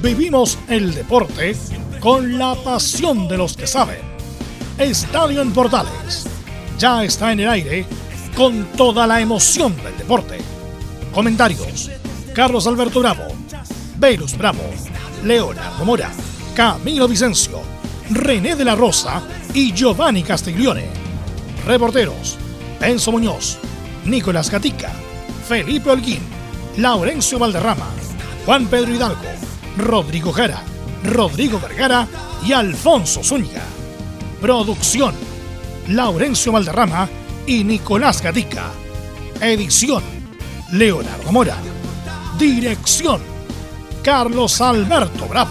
Vivimos el deporte con la pasión de los que saben. Estadio en Portales ya está en el aire con toda la emoción del deporte. Comentarios: Carlos Alberto Bravo, Velus Bravo, Leonardo Mora, Camilo Vicencio, René de la Rosa y Giovanni Castiglione. Reporteros: Enzo Muñoz, Nicolás Gatica, Felipe Holguín, Laurencio Valderrama, Juan Pedro Hidalgo, Rodrigo Jara, Rodrigo Vergara y Alfonso Zúñiga. Producción: Laurencio Valderrama y Nicolás Gatica. Edición: Leonardo Mora. Dirección: Carlos Alberto Bravo.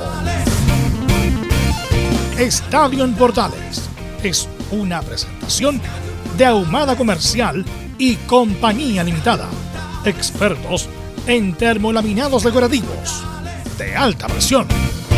Estadio en Portales es una presentación de Ahumada Comercial y Compañía Limitada. Expertos en termolaminados decorativos de alta presión.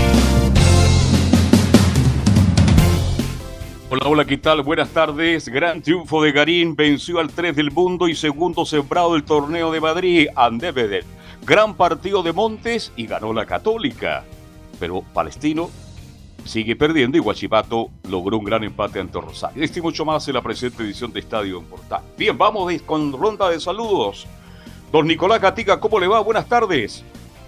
Hola, ¿qué tal? Buenas tardes. Gran triunfo de Garín, venció al 3 del mundo y segundo sembrado del torneo de Madrid, Andebeder. Gran partido de Montes y ganó la Católica. Pero Palestino sigue perdiendo y Huachipato logró un gran empate ante Rosario. Esto y mucho más en la presente edición de Estadio en Portal. Bien, vamos con ronda de saludos. Don Nicolás Gatica, ¿cómo le va? Buenas tardes.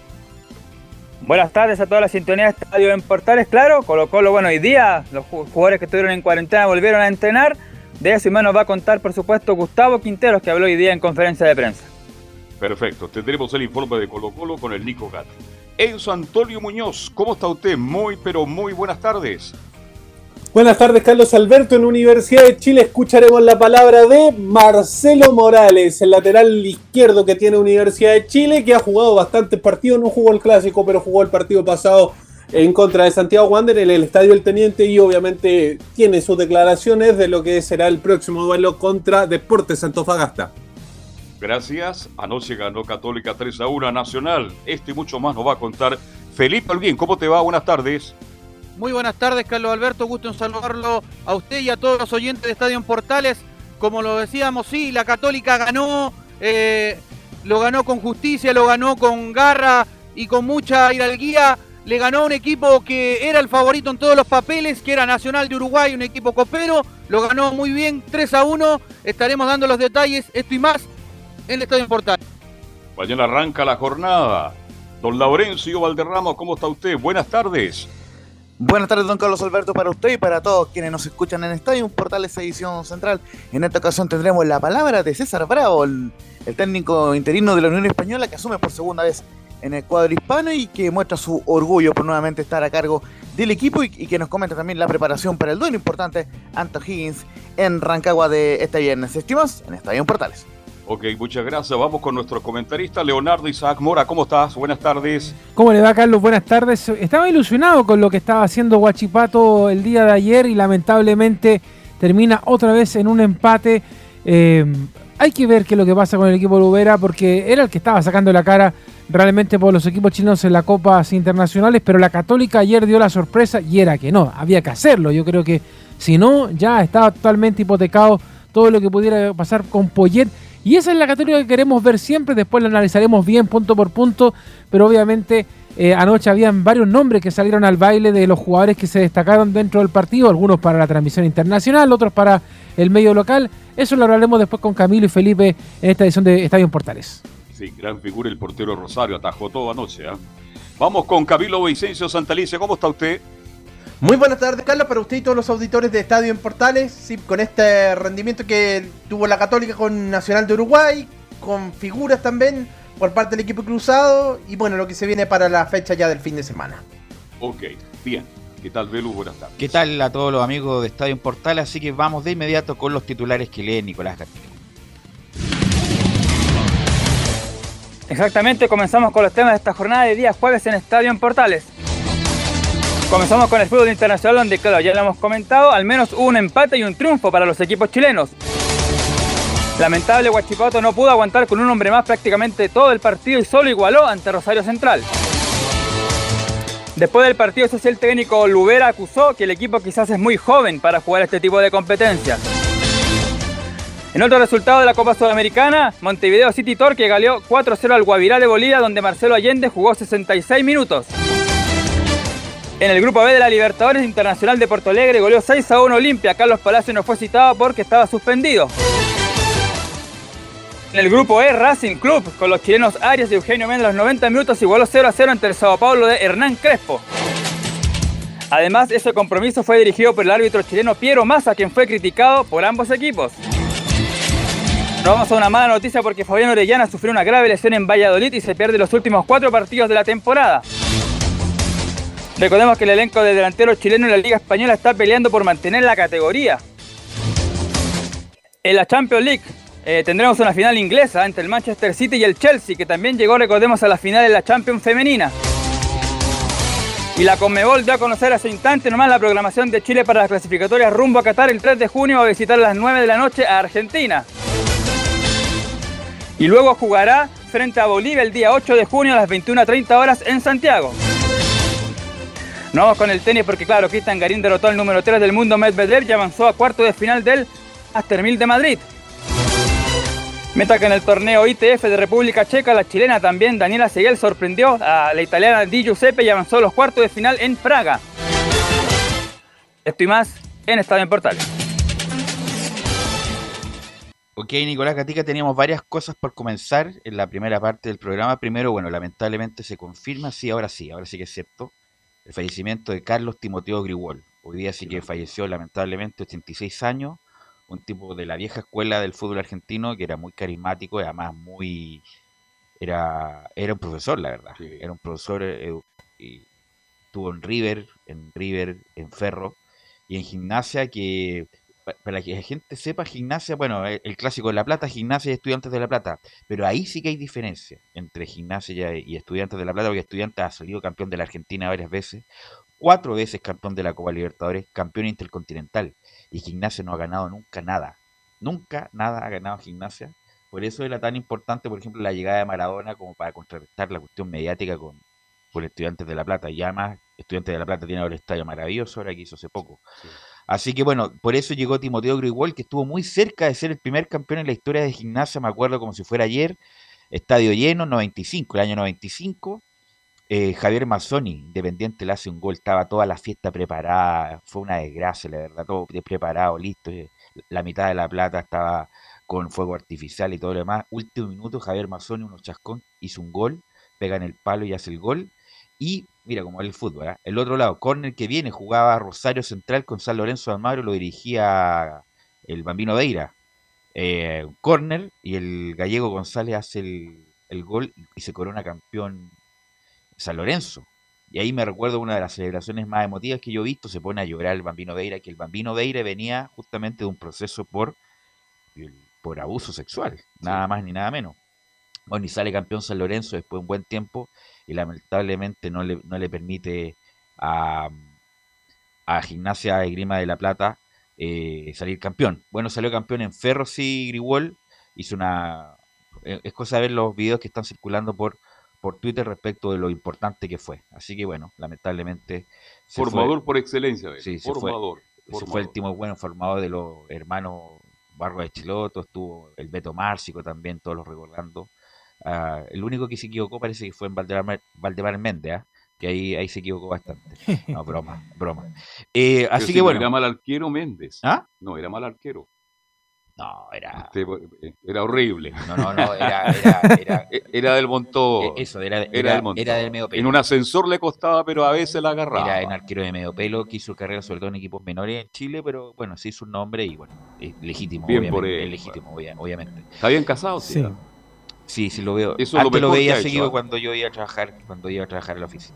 Buenas tardes a toda la sintonía de Estadio en Portales. Claro, Colo-Colo, bueno, hoy día los jugadores que estuvieron en cuarentena volvieron a entrenar. De eso y más nos va a contar, por supuesto, Gustavo Quinteros, que habló hoy día en conferencia de prensa. Perfecto, tendremos el informe de Colo-Colo con el Nico Gatti. Enzo Antonio Muñoz, ¿cómo está usted? Muy, pero muy buenas tardes. Buenas tardes, Carlos Alberto. En Universidad de Chile escucharemos la palabra de Marcelo Morales, el lateral izquierdo que tiene Universidad de Chile, que ha jugado bastantes partidos, no jugó el clásico, pero jugó el partido pasado en contra de Santiago Wanderers en el Estadio El Teniente y obviamente tiene sus declaraciones de lo que será el próximo duelo contra Deportes Antofagasta. Gracias. Anoche ganó Católica 3-1 a Nacional. Esto y mucho más nos va a contar Felipe Holguín. ¿Cómo te va? Buenas tardes. Muy buenas tardes, Carlos Alberto, gusto en saludarlo a usted y a todos los oyentes de Estadio en Portales. Como lo decíamos, sí, la Católica ganó, lo ganó con justicia, lo ganó con garra y con mucha hidalguía. Le ganó a un equipo que era el favorito en todos los papeles, que era Nacional de Uruguay, un equipo copero. Lo ganó muy bien, 3-1. Estaremos dando los detalles, esto y más, en el Estadio en Portales. Mañana arranca la jornada. Don Laurencio Valderrama, ¿cómo está usted? Buenas tardes. Buenas tardes, don Carlos Alberto, para usted y para todos quienes nos escuchan en Estadio Portales edición central. En esta ocasión tendremos la palabra de César Bravo, el técnico interino de la Unión Española, que asume por segunda vez en el cuadro hispano y que muestra su orgullo por nuevamente estar a cargo del equipo y que nos comenta también la preparación para el duelo importante ante Higgins en Rancagua de este viernes. Estimados en Estadio Portales. Ok, muchas gracias. Vamos con nuestro comentarista Leonardo Isaac Mora. ¿Cómo estás? Buenas tardes. ¿Cómo le va, Carlos? Buenas tardes. Estaba ilusionado con lo que estaba haciendo Huachipato el día de ayer y lamentablemente termina otra vez en un empate. Hay que ver qué es lo que pasa con el equipo de Lubera, porque era el que estaba sacando la cara realmente por los equipos chilenos en las copas internacionales, pero la Católica ayer dio la sorpresa y era que no, había que hacerlo. Yo creo que si no, ya estaba totalmente hipotecado todo lo que pudiera pasar con Poyet. Y esa es la Católica que queremos ver siempre, después la analizaremos bien punto por punto, pero obviamente anoche habían varios nombres que salieron al baile de los jugadores que se destacaron dentro del partido, algunos para la transmisión internacional, otros para el medio local. Eso lo hablaremos después con Camilo y Felipe en esta edición de Estadio en Portales. Sí, gran figura el portero Rosario, atajó todo anoche. Vamos con Camilo Vicencio Santalice, ¿cómo está usted? Muy buenas tardes, Carlos, para usted y todos los auditores de Estadio en Portales. Sí, con este rendimiento que tuvo la Católica con Nacional de Uruguay, con figuras también por parte del equipo cruzado y bueno, lo que se viene para la fecha ya del fin de semana. Ok, bien. ¿Qué tal, Velu? Buenas tardes. ¿Qué tal a todos los amigos de Estadio en Portales? Así que vamos de inmediato con los titulares que lee Nicolás Gatica. Exactamente, comenzamos con los temas de esta jornada de día jueves en Estadio en Portales. Comenzamos con el fútbol internacional donde, claro, ya lo hemos comentado, al menos hubo un empate y un triunfo para los equipos chilenos. Lamentable, Huachipato no pudo aguantar con un hombre más prácticamente todo el partido y solo igualó ante Rosario Central. Después del partido, el técnico Lubera acusó que el equipo quizás es muy joven para jugar este tipo de competencias. En otro resultado de la Copa Sudamericana, Montevideo City Torque goleó 4-0 al Guavirá de Bolivia, donde Marcelo Allende jugó 66 minutos. En el grupo B de la Libertadores, Internacional de Porto Alegre goleó 6-1 Olimpia. Carlos Palacio no fue citado porque estaba suspendido. En el grupo E, Racing Club, con los chilenos Arias y Eugenio Mena, a los 90 minutos igualó 0-0 ante el Sao Paulo de Hernán Crespo. Además, ese compromiso fue dirigido por el árbitro chileno Piero Massa, quien fue criticado por ambos equipos. Nos vamos a una mala noticia porque Fabián Orellana sufrió una grave lesión en Valladolid y se pierde los últimos 4 partidos de la temporada. Recordemos que el elenco de delanteros chilenos en la Liga Española está peleando por mantener la categoría. En la Champions League tendremos una final inglesa entre el Manchester City y el Chelsea, que también llegó, recordemos, a la final de la Champions femenina. Y la Conmebol dio a conocer hace instante nomás la programación de Chile para las clasificatorias rumbo a Qatar. El 3 de junio va a visitar a las 9 de la noche a Argentina. Y luego jugará frente a Bolivia el día 8 de junio a las 21:30 horas en Santiago. Nos vamos con el tenis porque, claro, Cristian Garín derrotó al número 3 del mundo, Medvedev, y avanzó a cuarto de final del Master 1000 de Madrid. Mientras que en el torneo ITF de República Checa, la chilena también, Daniela Seguel, sorprendió a la italiana Di Giuseppe y avanzó a los cuartos de final en Praga. Esto y más en Estadio en Portales. Ok, Nicolás Gatica, teníamos varias cosas por comenzar en la primera parte del programa. Primero, bueno, lamentablemente se confirma, ahora sí que es cierto, el fallecimiento de Carlos Timoteo Grigol. Hoy día sí que falleció lamentablemente, 86 años, un tipo de la vieja escuela del fútbol argentino que era muy carismático y además era un profesor, la verdad. Sí. Era un profesor, y estuvo en River, en Ferro y en Gimnasia, que para que la gente sepa, Gimnasia, bueno, el clásico de La Plata, Gimnasia y Estudiantes de La Plata, pero ahí sí que hay diferencia entre Gimnasia y Estudiantes de La Plata, porque Estudiantes ha salido campeón de la Argentina varias veces, 4 veces campeón de la Copa Libertadores, campeón intercontinental, y Gimnasia no ha ganado nunca nada ha ganado Gimnasia. Por eso era tan importante, por ejemplo, la llegada de Maradona, como para contrarrestar la cuestión mediática con Estudiantes de La Plata. Y además, Estudiantes de La Plata tiene ahora el estadio maravilloso, ahora que hizo hace poco. Sí. Así que bueno, por eso llegó Timoteo Grigol, que estuvo muy cerca de ser el primer campeón en la historia de Gimnasia, me acuerdo como si fuera ayer, estadio lleno, el año 95. Javier Mazzoni, Independiente, le hace un gol, estaba toda la fiesta preparada, fue una desgracia, la verdad, todo preparado, listo, la mitad de La Plata estaba con fuego artificial y todo lo demás. Último minuto, Javier Mazzoni, unos chascón, hizo un gol, pega en el palo y hace el gol. Y mira cómo es el fútbol, ¿eh? El otro lado, córner que viene, jugaba Rosario Central con San Lorenzo de Almagro, lo dirigía el Bambino Veira. Córner, y el gallego González hace el gol y se corona campeón San Lorenzo. Y ahí me recuerdo una de las celebraciones más emotivas que yo he visto, se pone a llorar el Bambino Veira, que el Bambino Veira venía justamente de un proceso por abuso sexual, nada más ni nada menos. Bueno, y sale campeón San Lorenzo después de un buen tiempo y lamentablemente no le permite a Gimnasia de Grima de La Plata salir campeón. Bueno, salió campeón en Ferro, sí, Grigol hizo es cosa de ver los videos que están circulando por Twitter respecto de lo importante que fue. Así que bueno, lamentablemente formador por excelencia, sí, formador. Se fue el Timo Bueno, formador de los hermanos Barro de Chiloto, estuvo el Beto Márcico también, todos los recordando. El único que se equivocó parece que fue en Valdemar Méndez, que ahí se equivocó bastante. No, broma. Así que bueno. ¿Era mal arquero Méndez? ¿Ah? No, era mal arquero. No, era horrible. No, era del montón. Eso, era del montón. Era del medio pelo. En un ascensor le costaba, pero a veces la agarraba. Era en arquero de medio pelo, que hizo carrera sobre todo en equipos menores en Chile, pero bueno, se hizo un nombre y bueno, es legítimo. Bien obviamente, por él. Es legítimo, obviamente. ¿Está bien casado? Sí. Sí, lo veo. Eso antes lo veía seguido hecho, cuando yo iba a trabajar en la oficina.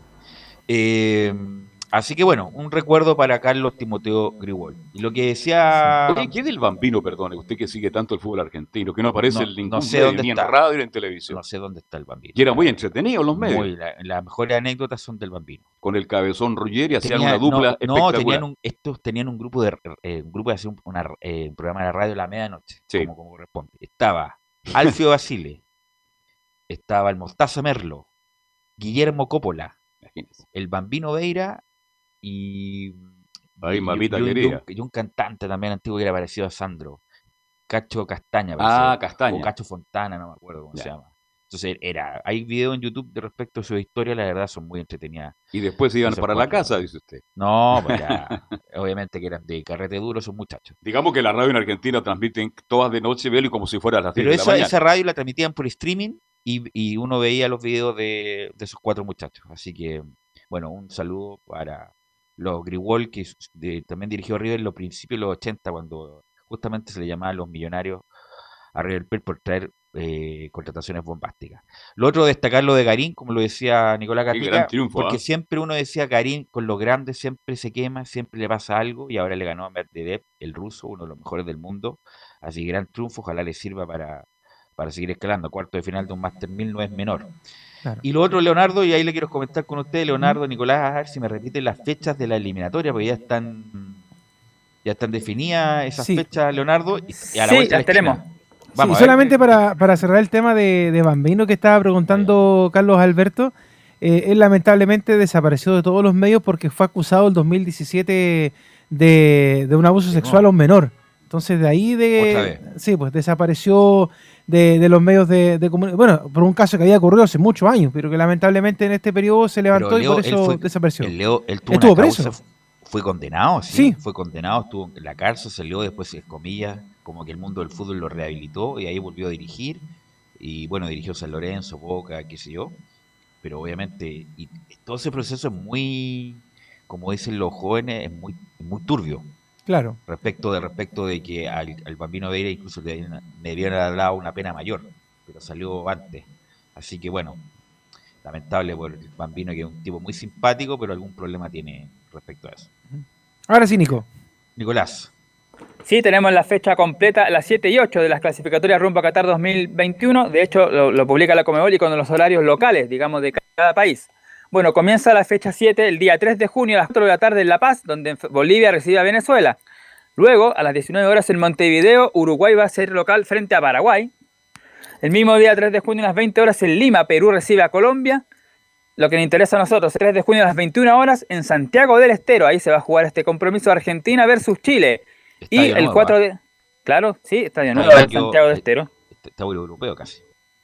Así que bueno, un recuerdo para Carlos Timoteo Grigol. Y lo que decía... Oye, ¿qué del Bambino, perdone? Usted que sigue tanto el fútbol argentino, que no aparece en ningún sé medio, dónde ni está. en radio ni en televisión. No sé dónde está el Bambino. Y era muy entretenido en los medios. Las mejores anécdotas son del Bambino. Con el Cabezón Ruggeri hacían una dupla espectacular. Estos tenían un grupo de hacer un programa de la radio a la medianoche, sí, como corresponde. Estaba Alfio Basile, estaba el Mostaza Merlo, Guillermo Coppola, imagínense, el Bambino Veira y un cantante también antiguo que era parecido a Sandro, Cacho Castaña, Castaña, o Cacho Fontana, no me acuerdo cómo se llama. Entonces hay videos en YouTube de respecto a su historia, la verdad son muy entretenidas. Y después se iban Esos para la cuatro. casa, dice usted. No, pues ya, obviamente que eran de carrete duro esos muchachos. Digamos que la radio en Argentina transmiten todas de noche, Belo, y como si fuera a las 10 Pero de la mañana. esa radio la transmitían por streaming y uno veía los videos de esos 4 muchachos. Así que, bueno, un saludo para los Greenwald, que también dirigió River en los principios de los 80, cuando justamente se le llamaba a los millonarios a River Plate por traer contrataciones bombásticas. Lo otro, destacar lo de Garín, como lo decía Nicolás Qué Gatica, gran triunfo, porque ¿eh? siempre uno decía Garín con los grandes siempre se quema, siempre le pasa algo, y ahora le ganó a Medvedev, el ruso, uno de los mejores del mundo. Así que gran triunfo, ojalá le sirva para seguir escalando. Cuarto de final de un Master 1000 no es menor. Claro. Y lo otro, Leonardo, y ahí le quiero comentar con usted, Leonardo, Nicolás, a ver si me repiten las fechas de la eliminatoria, porque ya están definidas esas Sí. fechas, Leonardo, y a la Sí, vuelta de la las tenemos. esquina. Sí, Vamos a ver. solamente para cerrar el tema de Bambino que estaba preguntando Carlos Alberto, él lamentablemente desapareció de todos los medios porque fue acusado en 2017 de un abuso sexual a un menor. Entonces de ahí Otra vez. sí, pues desapareció de los medios de comunicación. Bueno, por un caso que había ocurrido hace muchos años, pero que lamentablemente en este periodo se levantó Pero y por Leo, eso desapareció. Él tuvo Estuvo una causa, preso. fue condenado, sí, Sí. fue condenado, estuvo en la cárcel, salió después, comillas, como que el mundo del fútbol lo rehabilitó y ahí volvió a dirigir. Y bueno, dirigió San Lorenzo, Boca, qué sé yo. Pero obviamente, y todo ese proceso es muy, como dicen los jóvenes, es muy turbio. Claro. Respecto de que al Bambino Veira incluso le debieron haber dado una pena mayor, pero salió antes. Así que bueno, lamentable por el Bambino, que es un tipo muy simpático, pero algún problema tiene respecto a eso. Ahora sí, Nico. Nicolás. Sí, tenemos la fecha completa, las 7 y 8 de las clasificatorias rumbo a Qatar 2021. De hecho, lo publica la Conmebol y con los horarios locales, digamos, de cada país. Bueno, comienza la fecha 7 el día 3 de junio a las 4 de la tarde en La Paz, donde Bolivia recibe a Venezuela. Luego, a las 19 horas en Montevideo, Uruguay va a ser local frente a Paraguay. El mismo día 3 de junio a las 20 horas en Lima, Perú recibe a Colombia. Lo que nos interesa a nosotros, 3 de junio a las 21 horas en Santiago del Estero. Ahí se va a jugar este compromiso Argentina versus Chile. Y Estadio el nuevo, 4 ¿eh? de... Claro, sí, estadio nuevo Estadio- en Santiago del Estero. Está europeo casi.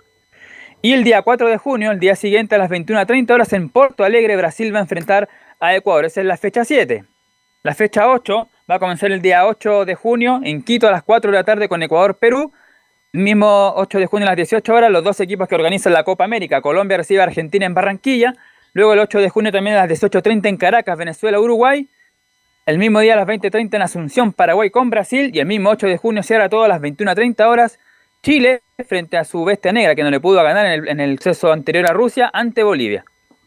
Y el día 4 de junio, el día siguiente a las 21:30 horas en Porto Alegre, Brasil va a enfrentar a Ecuador. Esa es la fecha 7. La fecha 8 va a comenzar el día 8 de junio en Quito a las 4 de la tarde con Ecuador-Perú. El mismo 8 de junio a las 18 horas, los dos equipos que organizan la Copa América. Colombia recibe a Argentina en Barranquilla. Luego el 8 de junio también a las 18:30 en Caracas, Venezuela-Uruguay. El mismo día a las 20:30 en Asunción, Paraguay con Brasil. Y el mismo 8 de junio cierra todo a las 21:30 horas. Chile frente a su bestia negra, que no le pudo ganar en el suceso anterior a Rusia, ante Bolivia.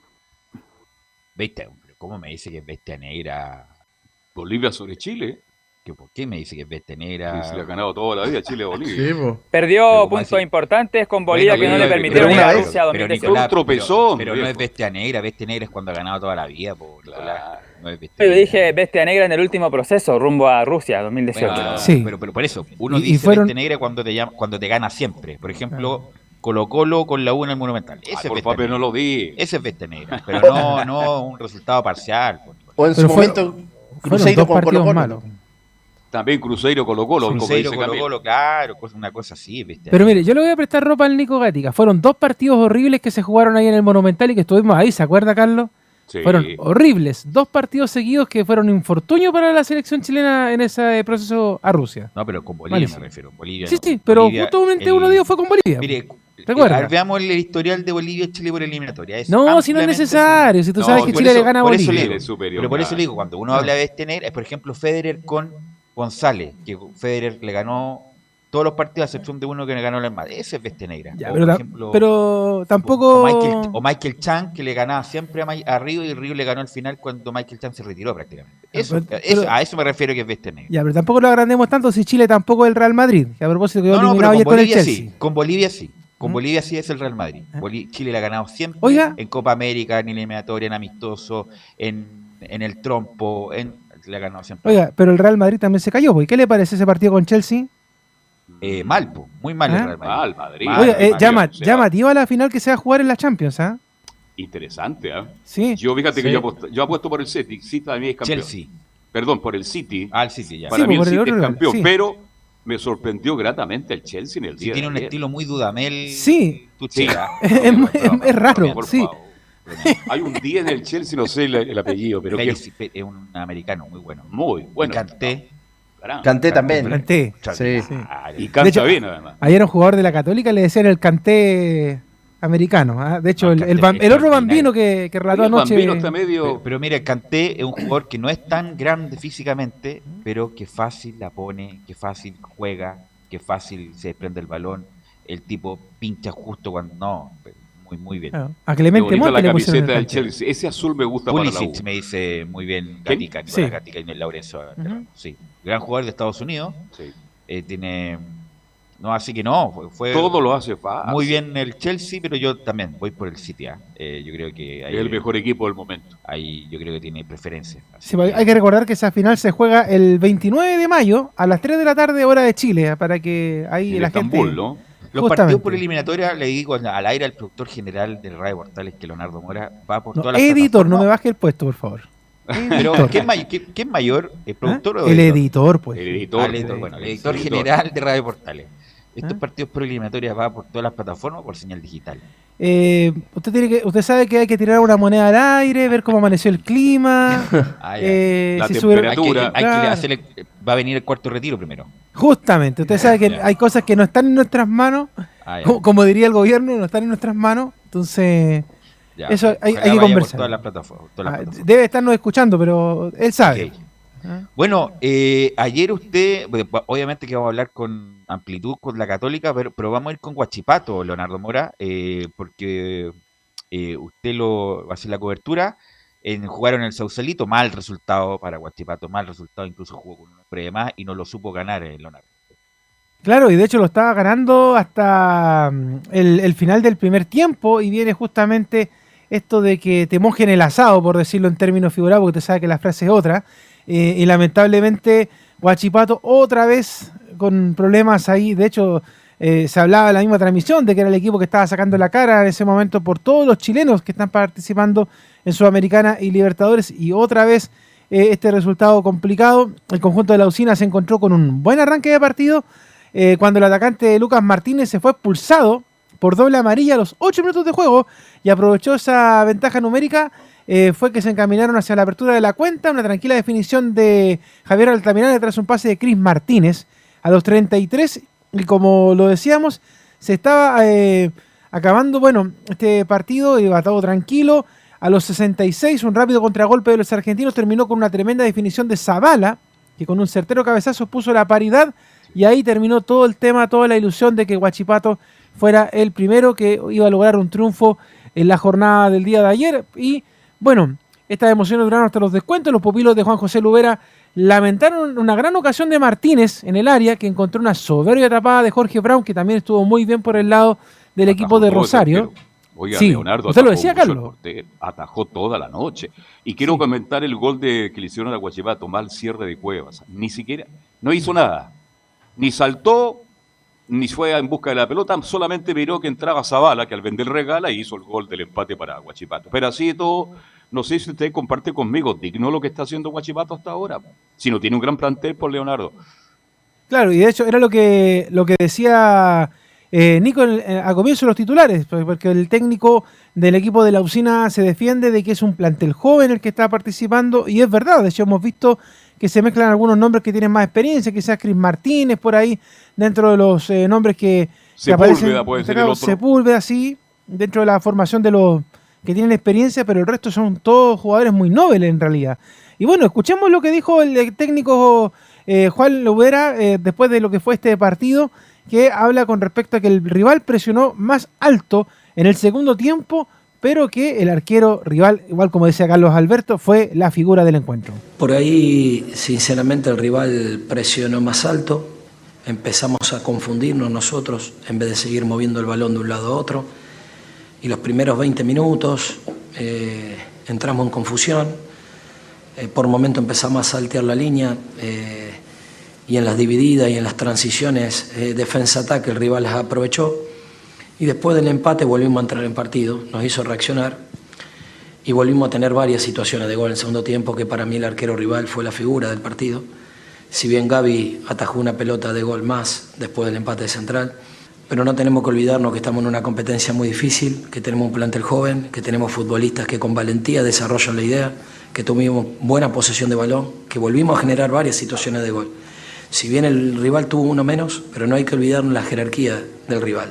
Bestia, ¿cómo me dice que es bestia negra? Bolivia sobre Chile. ¿Por qué me dice que es bestia Que negra? se le ha ganado toda la vida Chile-Bolivia. Perdió Pero, ¿cómo puntos así? importantes con Bolivia Bueno, que no pero- le permitieron pero ir a una vez- Rusia pero 2018. Nicolás, Un tropezón, pero no viejo. es bestia negra ha ganado toda la vida, Nicolás. No es bestia Pero negra. dije bestia negra en el último proceso, rumbo a Rusia 2018. Bueno, pero, Sí. pero por eso, uno Y dice fueron- bestia negra cuando te gana siempre. Por ejemplo, Colo-Colo con la U en el Monumental. Ese Ay, es por bestia favor, negra. no lo di. Ese es bestia negra, pero no un resultado parcial. O en su Pero momento, fueron Cruzeiro dos con partidos Colo-Colo. malos. También Cruzeiro Colo-Colo, como Cruzeiro, dice Camilo. Colo-Colo, claro, una cosa así, bestia Pero negra. mire, yo le voy a prestar ropa al Nico Gatica. Fueron dos partidos horribles que se jugaron ahí en el Monumental y que estuvimos ahí, ¿se acuerda, Carlos? Sí. Fueron horribles. Dos partidos seguidos que fueron infortunio para la selección chilena en ese proceso a Rusia. No, pero con Bolivia Malísimo. me refiero. Bolivia Sí, no. sí, pero Bolivia, justamente uno de ellos fue con Bolivia. Mire, Recuerda. a ver, veamos el historial de Bolivia y Chile por eliminatoria. No, si no es ampliamente necesario. Si tú No, sabes que por Chile eso- le gana a por eso Bolivia. le digo, Es superior, pero por eso claro. le digo, cuando uno habla de bestia negra, es por ejemplo Federer con González, que Federer le ganó todos los partidos a excepción de uno que le ganó la Armada. Ese es bestia negra. Ya, O, pero, por ta- ejemplo, pero tampoco. o Michael Chan, que le ganaba siempre a Río, y Río le ganó al final cuando Michael Chan se retiró prácticamente. A eso me refiero que es bestia negra. Ya, pero tampoco lo agrandemos tanto si Chile tampoco es el Real Madrid. Que a propósito quedó No, pero eliminado con ayer con el Bolivia Chelsea. sí. Con Bolivia sí. Con ¿Mm? Bolivia sí es el Real Madrid. Ah. Chile le ha ganado siempre Oiga. en Copa América, en eliminatoria, en amistoso, en el trompo, le ha ganado siempre. Oiga, pero el Real Madrid también se cayó. ¿Y qué le parece ese partido con Chelsea? Mal, po, muy mal ¿Ah? el Real Madrid. Mal, Madrid. Mal, Oiga, Madrid, llamativo a la final que se va a jugar en la Champions, ¿ah? Interesante, ¿ah? Sí. Yo, fíjate que Sí. yo apuesto por el City. City también es campeón. Chelsea. Por el City. Al City ya. Para Sí, mí por el el City otro es lado, campeón, sí. pero Me sorprendió gratamente el Chelsea en el Sí, día tiene de un ayer. estilo muy Dudamel. Sí. Tuchera. Es raro, Por sí. favor. Hay un 10 en el Chelsea, no sé el apellido, pero que Pellis, es un americano muy bueno. muy bueno. Y Kanté. Caramba. Kanté también. Kanté. Sí. Y canta De hecho, bien, además. Ayer un jugador de la Católica le decían el Kanté americano. ¿Ah? De hecho, No, el Kanté otro es bambino que relató El anoche. Bambino está medio... Pero mira, Kanté es un jugador que no es tan grande físicamente, pero que fácil la pone, que fácil juega, que fácil se desprende el balón. El tipo pincha justo cuando no. Muy, muy bien. Claro, a Qué Clemente bonita Monte la le pusieron camiseta el del Kanté. Chelsea. Ese azul me gusta para la U. Pulisic me dice muy bien ¿Quién? Gatica, Sí. Nicolás Gatica y Laurencio. Sí, gran jugador de Estados Unidos. Sí. Tiene. No, así que no, fue Todo lo hace fácil. muy bien el Chelsea, pero yo también voy por el City. Yo creo que Es el mejor equipo del momento. ahí yo creo que tiene preferencia. Así Sí, hay que recordar que esa final se juega el 29 de mayo a las 3 de la tarde, hora de Chile, para que ahí En la Estambul, gente... ¿no? Los Justamente. partidos por eliminatoria, le digo al aire al productor general del Radio Portales que Leonardo Mora va por No, todas las editor, no me plataformas. baje el puesto, por favor. Pero ¿quién es mayor? ¿El productor o El editor, pues. El editor. Ah, el editor, bueno, el editor general de Radio Portales. Estos partidos por eliminatoria va por todas las plataformas o por señal digital. Usted sabe que hay que tirar una moneda al aire, ver cómo amaneció el clima. Ah, ya. La si sube- temperatura. Hay que Claro. hacerle, va a venir el cuarto retiro primero. Justamente, usted sabe que Ya. hay cosas que no están en nuestras manos, Ah, ya. como diría el gobierno, no están en nuestras manos. Entonces, Ya. eso hay Ojalá que vaya conversar. por todas las plataformas. debe estarnos escuchando, pero él sabe. Ok. Bueno, ayer usted, obviamente que vamos a hablar con amplitud con la Católica, pero vamos a ir con Huachipato, Leonardo Mora, porque usted va a hacer la cobertura. Jugaron en el Sausalito, mal resultado para Huachipato, mal resultado, incluso jugó con un hombre de más y no lo supo ganar, Leonardo. Claro, y de hecho lo estaba ganando hasta el final del primer tiempo y viene justamente esto de que te mojen el asado, por decirlo en términos figurados, porque usted sabe que la frase es otra. Y lamentablemente Huachipato otra vez con problemas ahí. De hecho, se hablaba en la misma transmisión de que era el equipo que estaba sacando la cara en ese momento por todos los chilenos que están participando en Sudamericana y Libertadores. Y otra vez este resultado complicado. El conjunto de la Usina se encontró con un buen arranque de partido cuando el atacante Lucas Martínez se fue expulsado por doble amarilla a los 8 minutos de juego y aprovechó esa ventaja numérica. Fue que se encaminaron hacia la apertura de la cuenta, una tranquila definición de Javier Altamirano tras un pase de Cris Martínez a los 33, y como lo decíamos, se estaba acabando, este partido, iba todo tranquilo. A los 66, un rápido contragolpe de los argentinos terminó con una tremenda definición de Zavala, que con un certero cabezazo puso la paridad, y ahí terminó todo el tema, toda la ilusión de que Huachipato fuera el primero que iba a lograr un triunfo en la jornada del día de ayer. Y bueno, estas emociones duraron hasta los descuentos. Los pupilos de Juan José Lubera lamentaron una gran ocasión de Martínez en el área, que encontró una soberbia tapada de Jorge Brown, que también estuvo muy bien por el lado del equipo de Rosario. Oiga, Sí, Leonardo usted lo atajó decía, mucho el Carlos. portero, atajó toda la noche. Y quiero comentar el gol que le hicieron a Huachipato, mal cierre de Cuevas. Ni siquiera, no hizo nada. Ni saltó, ni fue en busca de la pelota, solamente miró que entraba Zavala, que al vender regala, y hizo el gol del empate para Huachipato. Pero así de todo, no sé si usted comparte conmigo, digno lo que está haciendo Huachipato hasta ahora. Si no tiene un gran plantel por Leonardo. Claro, y de hecho era lo que decía Nico a comienzo de los titulares, porque el técnico del equipo de la Usina se defiende de que es un plantel joven el que está participando, y es verdad. De hecho hemos visto que se mezclan algunos nombres que tienen más experiencia, quizás Cris Martínez por ahí, dentro de los nombres que aparecen. Sepúlveda puede ser el otro. Sepúlveda, sí, dentro de la formación de los que tienen experiencia, pero el resto son todos jugadores muy nobles en realidad. Y bueno, escuchemos lo que dijo el técnico Juan Lubera después de lo que fue este partido, que habla con respecto a que el rival presionó más alto en el segundo tiempo, pero que el arquero rival, igual como decía Carlos Alberto, fue la figura del encuentro. Por ahí, sinceramente, el rival presionó más alto, empezamos a confundirnos nosotros en vez de seguir moviendo el balón de un lado a otro, y los primeros 20 minutos entramos en confusión, por momento empezamos a saltear la línea, y en las divididas y en las transiciones defensa-ataque el rival las aprovechó. Y después del empate volvimos a entrar en partido, nos hizo reaccionar y volvimos a tener varias situaciones de gol en el segundo tiempo, que para mí el arquero rival fue la figura del partido. Si bien Gaby atajó una pelota de gol más después del empate de Central, pero no tenemos que olvidarnos que estamos en una competencia muy difícil, que tenemos un plantel joven, que tenemos futbolistas que con valentía desarrollan la idea, que tuvimos buena posesión de balón, que volvimos a generar varias situaciones de gol. Si bien el rival tuvo uno menos, pero no hay que olvidarnos la jerarquía del rival.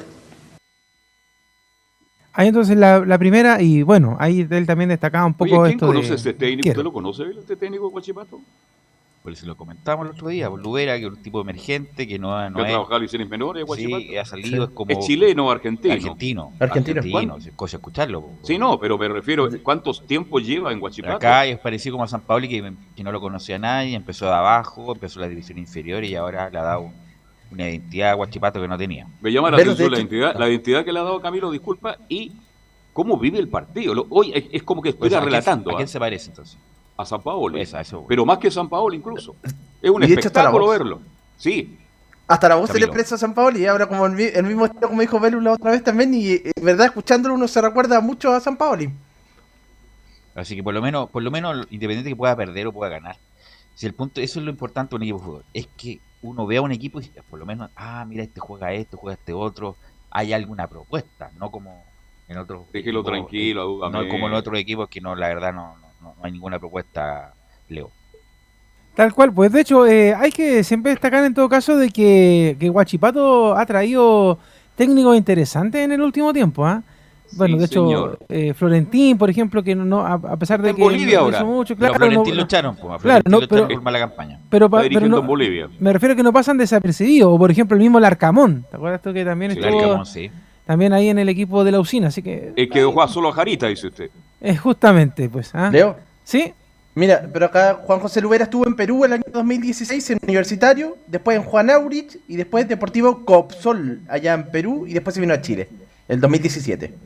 Ahí entonces la primera, y bueno, ahí él también destacaba un poco. Oye, ¿quién esto conoce de... este técnico? ¿Usted lo conoce, este técnico de Huachipato? Pues se lo comentamos el otro día, por Lubera, que es un tipo emergente, que no ¿Que ha es... trabajado en divisiones menores de Huachipato? Sí, ha salido, es como... ¿Es chileno o argentino? Argentino, es cosa escucharlo. Sí, no, pero me refiero, ¿cuántos tiempos lleva en Huachipato? Acá es parecido como a San Paoli, que no lo conocía nadie, empezó de abajo, empezó la división inferior y ahora le ha dado una identidad a Huachipato que no tenía. Me llama la atención la identidad que le ha dado Camilo, disculpa, y cómo vive el partido. Hoy es como que estuviera relatando. ¿A quién se parece entonces? A San Paolo. Eso. Pero más que San Paolo incluso. Es un espectáculo verlo. Sí. Hasta la voz se le expresa a San Paolo y ahora como el mismo estilo como dijo Velus la otra vez también y verdad escuchándolo uno se recuerda mucho a San Paoli. Así que por lo menos independiente que pueda perder o pueda ganar. Si el punto, eso es lo importante de un equipo de fútbol, es que uno vea un equipo y por lo menos, mira, este juega otro, hay alguna propuesta, no como en otros déjelo equipos, tranquilo, no como en otros equipos que no, la verdad no hay ninguna propuesta, Leo. Tal cual, pues de hecho hay que siempre destacar en todo caso de que Huachipato ha traído técnicos interesantes en el último tiempo, ¿ah? Bueno, sí, de hecho, Florentín, por ejemplo, que no a pesar de en que Bolivia no ahora. hizo mucho, claro, Florentín lucharon, pues, por mala campaña. Pero dirigiendo en Bolivia. Me refiero a que no pasan desapercibidos, o por ejemplo el mismo Larcamón, ¿te acuerdas tú que también estuvo Larcamón, sí. También ahí en el equipo de la usina, así que... Es que juega solo a Jarita, dice usted. Justamente, pues. ¿Leo? ¿Sí? Mira, pero acá Juan José Lubera estuvo en Perú el año 2016 en Universitario, después en Juan Aurich y después Deportivo Copsol allá en Perú y después se vino a Chile, el 2017.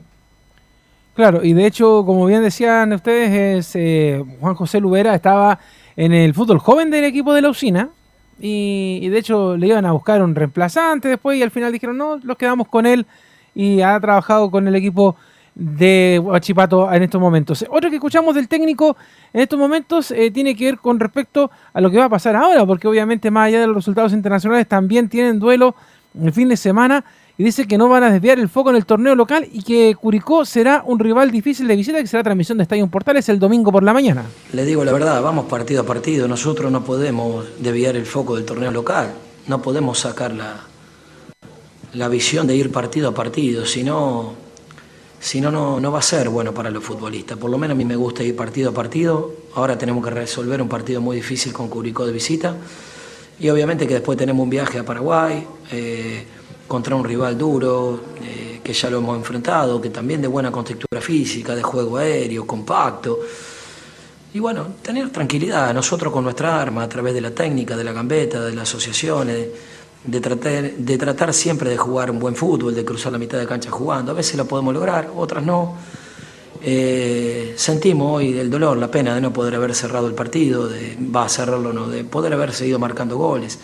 Claro, y de hecho, como bien decían ustedes, Juan José Lubera estaba en el fútbol joven del equipo de la usina y de hecho le iban a buscar un reemplazante después y al final dijeron no, los quedamos con él y ha trabajado con el equipo de Huachipato en estos momentos. Otro que escuchamos del técnico en estos momentos tiene que ver con respecto a lo que va a pasar ahora, porque obviamente más allá de los resultados internacionales también tienen duelo el fin de semana y dice que no van a desviar el foco en el torneo local y que Curicó será un rival difícil de visita, que será transmisión de Estadio Portales el domingo por la mañana. Le digo la verdad, vamos partido a partido, nosotros no podemos desviar el foco del torneo local, no podemos sacar la visión de ir partido a partido, si no va a ser bueno para los futbolistas. Por lo menos a mí me gusta ir partido a partido. Ahora tenemos que resolver un partido muy difícil con Curicó de visita. Y obviamente que después tenemos un viaje a Paraguay, contra un rival duro, que ya lo hemos enfrentado, que también de buena contextura física, de juego aéreo, compacto. Y bueno, tener tranquilidad. Nosotros con nuestra arma, a través de la técnica, de la gambeta, de las asociaciones, de tratar siempre de jugar un buen fútbol, de cruzar la mitad de cancha jugando. A veces lo podemos lograr, otras no. Sentimos hoy el dolor, la pena de no poder haber cerrado el partido, de poder haber seguido marcando goles.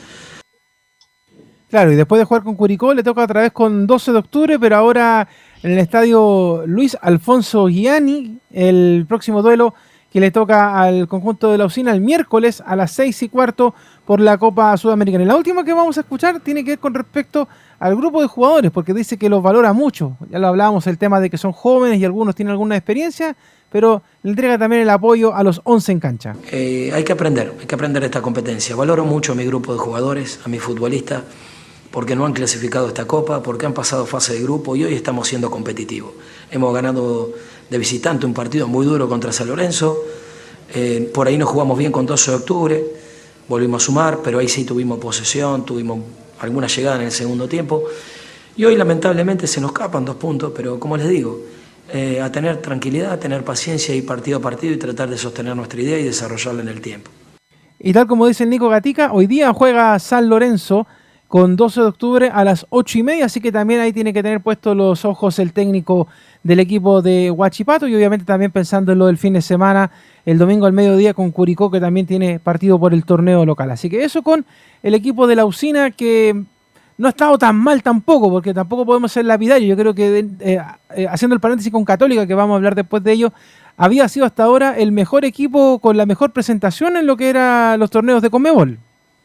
Claro, y después de jugar con Curicó le toca otra vez con 12 de octubre, pero ahora en el estadio Luis Alfonso Gianni, el próximo duelo que le toca al conjunto de la usina el miércoles a las 6:15 por la Copa Sudamericana. Y la última que vamos a escuchar tiene que ver con respecto al grupo de jugadores, porque dice que los valora mucho. Ya lo hablábamos, el tema de que son jóvenes y algunos tienen alguna experiencia, pero le entrega también el apoyo a los 11 en cancha. Hay que aprender esta competencia. Valoro mucho a mi grupo de jugadores, a mis futbolistas, porque no han clasificado esta Copa, porque han pasado fase de grupo y hoy estamos siendo competitivos. Hemos ganado de visitante un partido muy duro contra San Lorenzo, por ahí nos jugamos bien con 12 de octubre, volvimos a sumar, pero ahí sí tuvimos posesión, tuvimos alguna llegada en el segundo tiempo, y hoy lamentablemente se nos escapan 2 puntos, pero como les digo, a tener tranquilidad, a tener paciencia y partido a partido y tratar de sostener nuestra idea y desarrollarla en el tiempo. Y tal como dice el Nico Gatica, hoy día juega San Lorenzo con 12 de octubre a las 8:30, así que también ahí tiene que tener puestos los ojos el técnico del equipo de Huachipato y obviamente también pensando en lo del fin de semana, el domingo al mediodía con Curicó, que también tiene partido por el torneo local. Así que eso con el equipo de la usina, que no ha estado tan mal tampoco, porque tampoco podemos ser lapidarios. Yo creo que haciendo el paréntesis con Católica, que vamos a hablar después de ello, había sido hasta ahora el mejor equipo con la mejor presentación en lo que eran los torneos de Conmebol.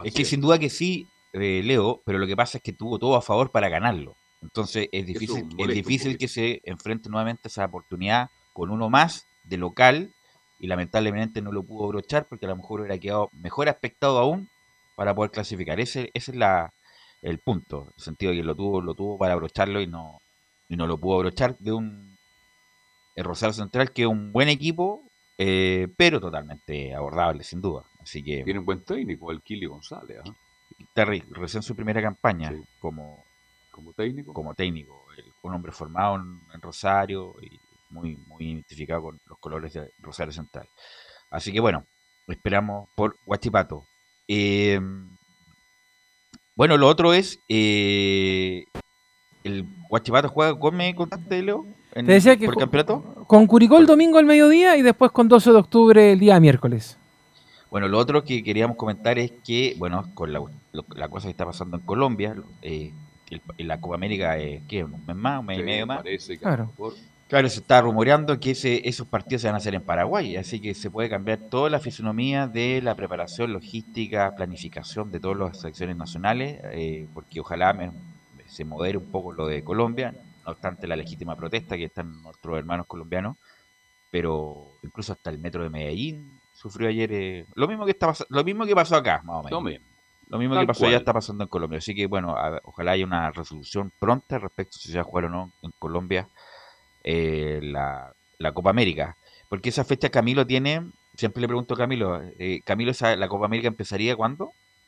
Es que sin duda que sí, Leo, pero lo que pasa es que tuvo todo a favor para ganarlo. Entonces es difícil que se enfrente nuevamente a esa oportunidad con uno más de local y lamentablemente no lo pudo brochar porque a lo mejor hubiera quedado mejor aspectado aún para poder clasificar. Ese es el punto, el sentido de que lo tuvo para abrocharlo y no lo pudo abrochar de el Rosario Central, que es un buen equipo, pero totalmente abordable sin duda. Así que tiene un buen técnico, el Kili González. Está recién su primera campaña como técnico. Un hombre formado en Rosario y muy identificado con los colores de Rosario Central. Así que bueno, esperamos por Huachipato. Bueno, lo otro es el Huachipato juega con Leo Te decía que por campeonato. Con Curicó el domingo al mediodía y después con 12 de octubre el día miércoles. Bueno, lo otro que queríamos comentar es que, bueno, con la cosa que está pasando en Colombia, en la Copa América, ¿qué? ¿Un mes más? ¿Un mes y medio más? Claro, se está rumoreando que esos partidos se van a hacer en Paraguay, así que se puede cambiar toda la fisonomía de la preparación, logística, planificación de todas las selecciones nacionales, porque ojalá se modere un poco lo de Colombia, no obstante la legítima protesta que están nuestros hermanos colombianos, pero incluso hasta el metro de Medellín sufrió ayer lo mismo que pasó acá, más o menos. Lo mismo que pasó allá está pasando en Colombia, así que bueno, ojalá haya una resolución pronta respecto a si se va a jugar o no en Colombia la Copa América, porque esa fecha Camilo tiene, siempre le pregunto a Camilo, la Copa América empezaría ¿cuándo?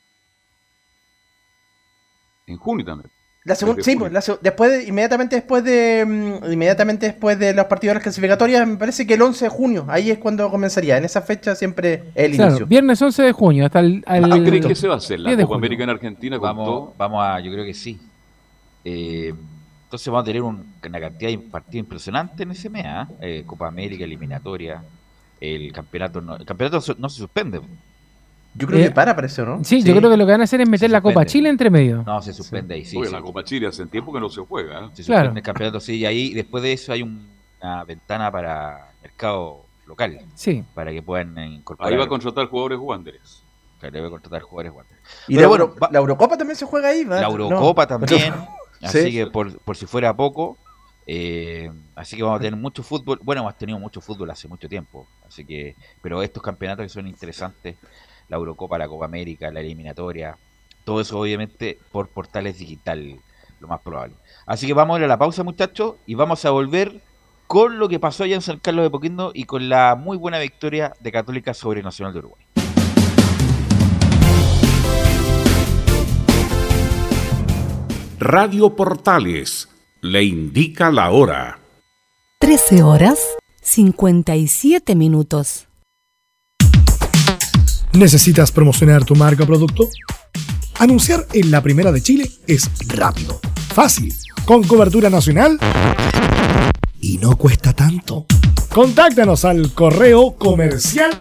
En junio también. Inmediatamente después de los partidos de las clasificatorias, me parece que el 11 de junio, ahí es cuando comenzaría. En esa fecha siempre es el inicio. Viernes 11 de junio hasta el ¿Creen que se va a hacer la Copa América en Argentina? Yo creo que sí. Entonces vamos a tener una cantidad de partidos impresionante en ese mes, Copa América, eliminatoria, el campeonato no se suspende. Yo creo que para eso, ¿no? Sí, yo creo que lo que van a hacer es meter la Copa Chile entre medio. No, se suspende ahí, sí. La Copa Chile hace tiempo que no se juega. Se suspende el campeonato, sí, y ahí después de eso hay una ventana para mercado local. Sí. Para que puedan incorporar. Ahí va a contratar jugadores Wanderers. Claro, va a contratar jugadores Wanderers. Y la Eurocopa también se juega ahí, ¿verdad? La Eurocopa también. Así que por si fuera poco, así que vamos a tener mucho fútbol. Bueno, hemos tenido mucho fútbol hace mucho tiempo, así que, pero estos campeonatos que son interesantes, la Eurocopa, la Copa América, la eliminatoria, todo eso obviamente por Portales Digital, lo más probable. Así que vamos a ir a la pausa, muchachos, y vamos a volver con lo que pasó allá en San Carlos de Apoquindo y con la muy buena victoria de Católica sobre Nacional de Uruguay. Radio Portales le indica la hora. 13 horas 57 minutos. ¿Necesitas promocionar tu marca o producto? Anunciar en la Primera de Chile es rápido, fácil, con cobertura nacional y no cuesta tanto. Contáctanos al correo comercial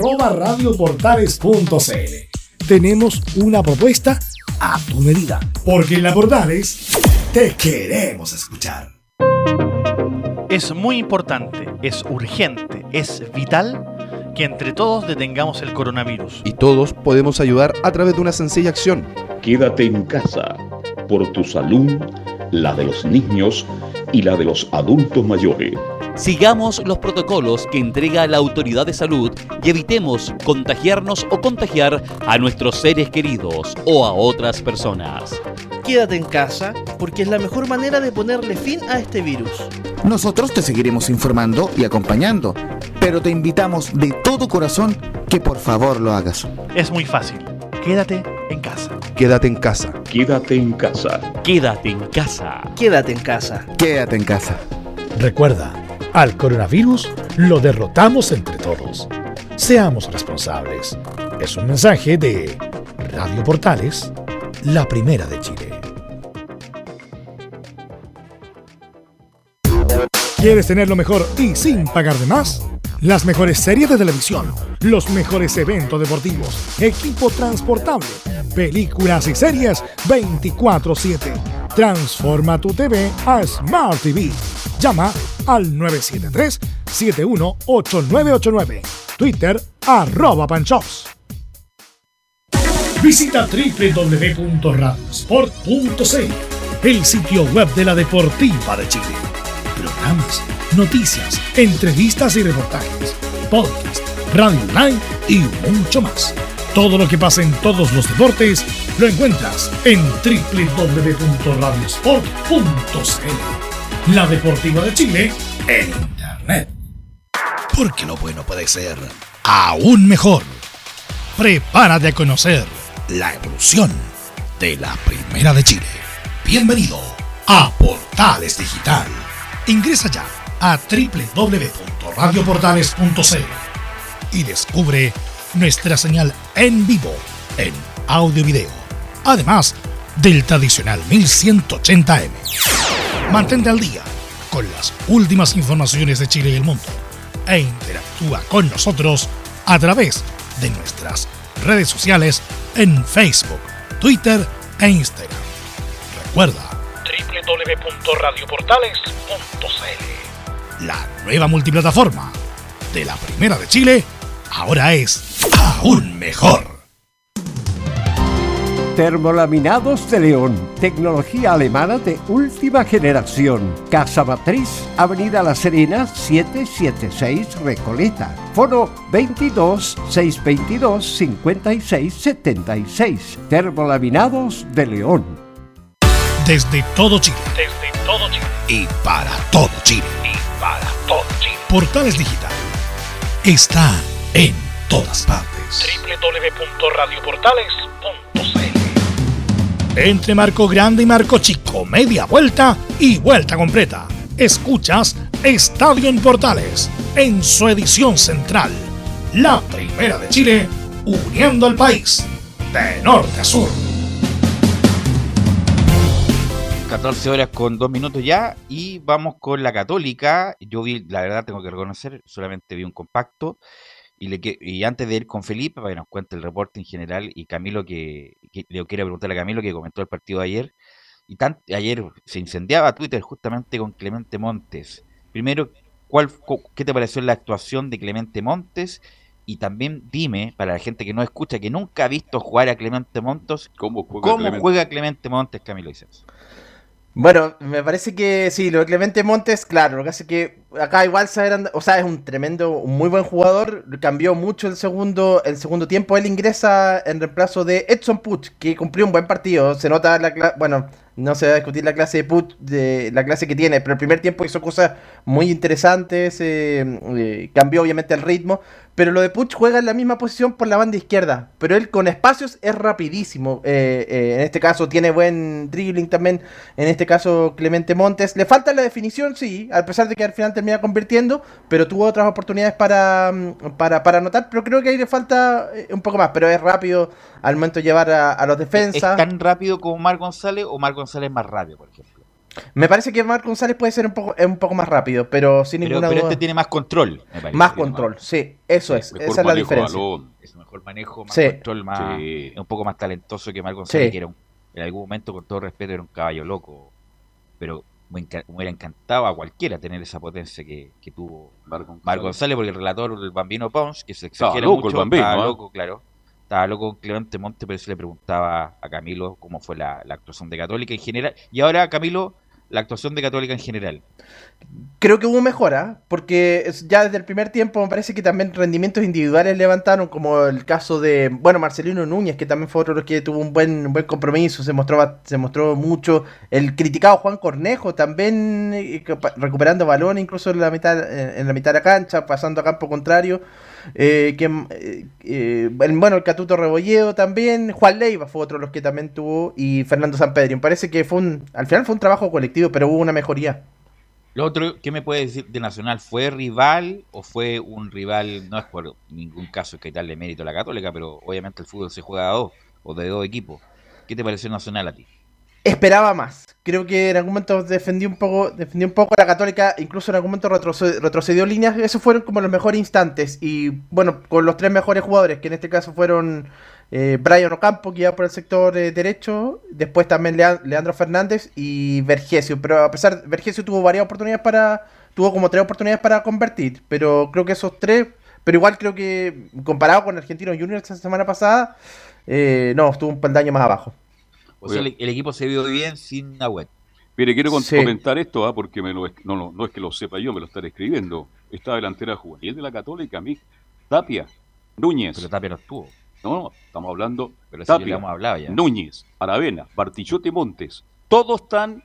@radioportales.cl. Tenemos una propuesta a tu medida, porque en la Portales te queremos escuchar. Es muy importante, es urgente, es vital que entre todos detengamos el coronavirus. Y todos podemos ayudar a través de una sencilla acción. Quédate en casa, por tu salud, la de los niños y la de los adultos mayores. Sigamos los protocolos que entrega la Autoridad de Salud y evitemos contagiarnos o contagiar a nuestros seres queridos o a otras personas. Quédate en casa porque es la mejor manera de ponerle fin a este virus. Nosotros te seguiremos informando y acompañando, pero te invitamos de todo corazón que por favor lo hagas. Es muy fácil. Quédate en casa. Quédate en casa. Quédate en casa. Quédate en casa. Quédate en casa. Quédate en casa. Recuerda, al coronavirus lo derrotamos entre todos. Seamos responsables. Es un mensaje de Radio Portales, la Primera de Chile. ¿Quieres tener lo mejor y sin pagar de más? Las mejores series de televisión, los mejores eventos deportivos, equipo transportable, películas y series 24/7. Transforma tu TV a Smart TV. Llama al 973-718989. Twitter @Panchops. Visita www.radiosport.cl, el sitio web de la Deportiva de Chile. Programas, noticias, entrevistas y reportajes, podcast, radio online y mucho más. Todo lo que pasa en todos los deportes lo encuentras en www.radiosport.cl. La Deportiva de Chile en Internet. Porque lo bueno puede ser aún mejor. Prepárate a conocer la evolución de la Primera de Chile. Bienvenido a Portales Digital. Ingresa ya a www.radioportales.cl y descubre nuestra señal en vivo, en audio y video, además del tradicional 1180M. Mantente al día con las últimas informaciones de Chile y el mundo e interactúa con nosotros a través de nuestras redes sociales en Facebook, Twitter e Instagram. Recuerda www.radioportales.cl. La nueva multiplataforma de la Primera de Chile ahora es aún mejor. Termolaminados de León, tecnología alemana de última generación. Casa Matriz, Avenida La Serena, 776 Recoleta. Foro 22 622 5676. Termolaminados de León. Desde todo Chile. Y para todo Chile. Portales Digital está en todas partes. www.radioportales.cl. Entre Marco Grande y Marco Chico, media vuelta y vuelta completa. Escuchas Estadio en Portales, en su edición central. La Primera de Chile, uniendo al país, de norte a sur. 14 horas con 2 minutos ya y vamos con la Católica. Yo vi, la verdad tengo que reconocer, solamente vi un compacto y antes de ir con Felipe para que nos cuente el reporte en general y Camilo que le quiero preguntarle a Camilo que comentó el partido de ayer ayer se incendiaba Twitter justamente con Clemente Montes. Primero, ¿qué te pareció la actuación de Clemente Montes? Y también dime, para la gente que no escucha, que nunca ha visto jugar a Clemente Montes, ¿cómo juega Clemente Montes, Camilo Vicenzo? Bueno, me parece que sí, lo de Clemente Montes, claro, lo que hace que acá igual es un muy buen jugador, cambió mucho el segundo tiempo, él ingresa en reemplazo de Edson Puch, que cumplió un buen partido, se nota no se va a discutir la clase de Puch, de la clase que tiene, pero el primer tiempo hizo cosas muy interesantes, cambió obviamente el ritmo, pero lo de Puch juega en la misma posición por la banda izquierda, pero él con espacios es rapidísimo, en este caso tiene buen dribbling también, en este caso Clemente Montes, le falta la definición, sí, a pesar de que al final termina convirtiendo, pero tuvo otras oportunidades para anotar, pero creo que ahí le falta un poco más, pero es rápido al momento de llevar a los defensas. ¿Es tan rápido como Marc González o Marc González es más rápido, por ejemplo? Me parece que Marc González puede ser un poco más rápido, pero sin ninguna duda. Pero este tiene más control, me parece. Más control, sí, esa es la diferencia. Es mejor manejo, más control, es un poco más talentoso que Marc González, que en algún momento, con todo respeto, era un caballo loco, pero me hubiera encantado a cualquiera tener esa potencia que tuvo Marc González, porque el relator del Bambino Pons, que se exagera mucho, estaba loco, claro. Estaba loco con Clemente Montes, pero eso le preguntaba a Camilo cómo fue la actuación de Católica en general. Y ahora, Camilo, la actuación de Católica en general. Creo que hubo mejora, porque ya desde el primer tiempo me parece que también rendimientos individuales levantaron, como el caso de, Marcelino Núñez, que también fue otro que tuvo un buen compromiso, se mostró mucho. El criticado Juan Cornejo también recuperando balón, incluso en la mitad de la cancha, pasando a campo contrario. El Catuto Rebolledo también, Juan Leiva fue otro de los que también tuvo, y Fernando Sampedri. Me parece que al final fue un trabajo colectivo, pero hubo una mejoría. Lo otro, ¿qué me puede decir de Nacional? ¿Fue rival o fue un rival? No es por ningún caso que darle mérito a la Católica, pero obviamente el fútbol se juega a dos o de dos equipos. ¿Qué te pareció Nacional a ti? Esperaba más. Creo que en algún momento defendió un poco a la Católica, incluso en algún momento retrocedió líneas. Esos fueron como los mejores instantes. Y bueno, con los tres mejores jugadores, que en este caso fueron Brian Ocampo, que iba por el sector derecho, después también Leandro Fernández y Vergesio. Pero a pesar, Vergesio tuvo varias oportunidades tuvo como 3 oportunidades para convertir. Pero creo que esos 3, pero igual creo que comparado con Argentinos Juniors esta semana pasada, No, estuvo un peldaño más abajo. O sea, el equipo se vio bien sin Agüet. Mire, quiero comentar esto, porque no es que lo sepa yo, me lo estaré escribiendo. Esta delantera juvenil de la Católica, Tapia, Núñez. Pero Tapia no estuvo. No, estamos hablando pero Tapia, sí le hemos hablado ya. Núñez, Aravena, Bartichotto y Montes. Todos están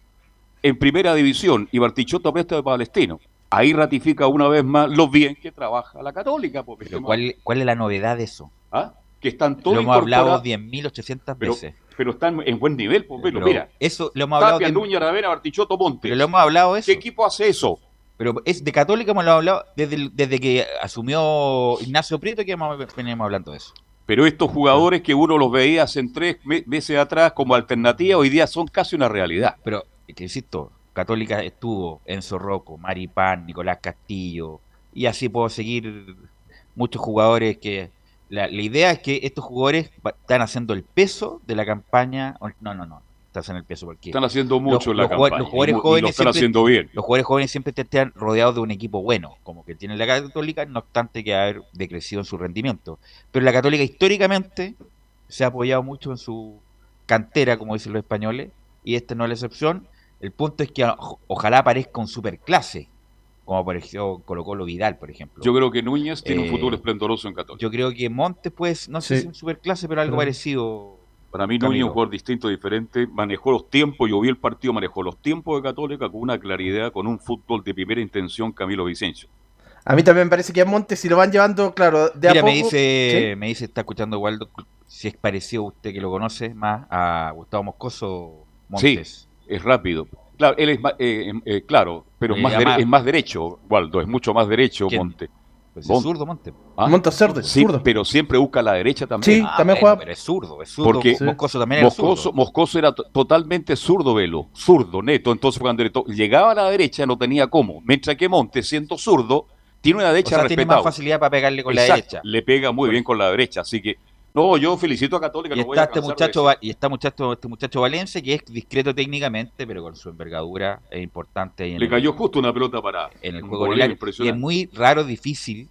en primera división y Bartichotto presta de Palestino. Ahí ratifica una vez más lo bien que trabaja la Católica. Pero ¿cuál es la novedad de eso? Que están todos lo hemos hablado 10.800 veces. Pero están en buen nivel, mira. Eso lo hemos hablado. Tapia, Núñez, Aravena, Bartichotto, Montes. Pero lo hemos hablado eso. ¿Qué equipo hace eso? Pero es de Católica, hemos hablado desde que asumió Ignacio Prieto, que veníamos hablando de eso. Pero estos jugadores que uno los veía hace 3 meses atrás como alternativa, hoy día son casi una realidad. Pero, que insisto, Católica estuvo Enzo Rocco, Maripán, Nicolás Castillo, y así puedo seguir muchos jugadores que... La idea es que estos jugadores están haciendo el peso de la campaña. No, están haciendo el peso porque están haciendo mucho en la campaña. Los jugadores jóvenes lo están haciendo bien. Los jugadores jóvenes siempre están rodeados de un equipo bueno, como que tiene la Católica, no obstante que haber decrecido en su rendimiento. Pero la Católica históricamente se ha apoyado mucho en su cantera, como dicen los españoles, y esta no es la excepción. El punto es que ojalá aparezca un superclase, como apareció Colo-Colo Vidal, por ejemplo. Yo creo que Núñez tiene un futuro esplendoroso en Católica. Yo creo que Montes, pues, no sé si un superclase, pero algo parecido. Para mí Núñez es un jugador distinto, diferente, manejó los tiempos, yo vi el partido, manejó los tiempos de Católica con una claridad, con un fútbol de primera intención, Camilo Vicencio. A mí también me parece que a Montes, si lo van llevando, claro, de Mira, a poco... me dice, está escuchando Waldo, si es parecido a usted que lo conoce más a Gustavo Moscoso Montes. Sí, es rápido. Claro, él es más, claro, pero es más derecho, Waldo, es mucho más derecho. ¿Quién? Monte. Pues es zurdo Monte. Montes es sí, zurdo. pero siempre busca la derecha también. Sí, también juega. Pero es zurdo. Porque Moscoso también era zurdo. Moscoso era totalmente zurdo, Velo, zurdo, neto. Entonces cuando llegaba a la derecha no tenía cómo. Mientras que Montes, siendo zurdo, tiene una derecha respetable. Tiene más facilidad para pegarle con la derecha. Le pega muy bien con la derecha, así que no, yo felicito a Católica. Y está este muchacho Valencia, que es discreto técnicamente, pero con su envergadura es importante. Ahí Le cayó justo una pelota para en el juego legal. Y es muy raro, difícil,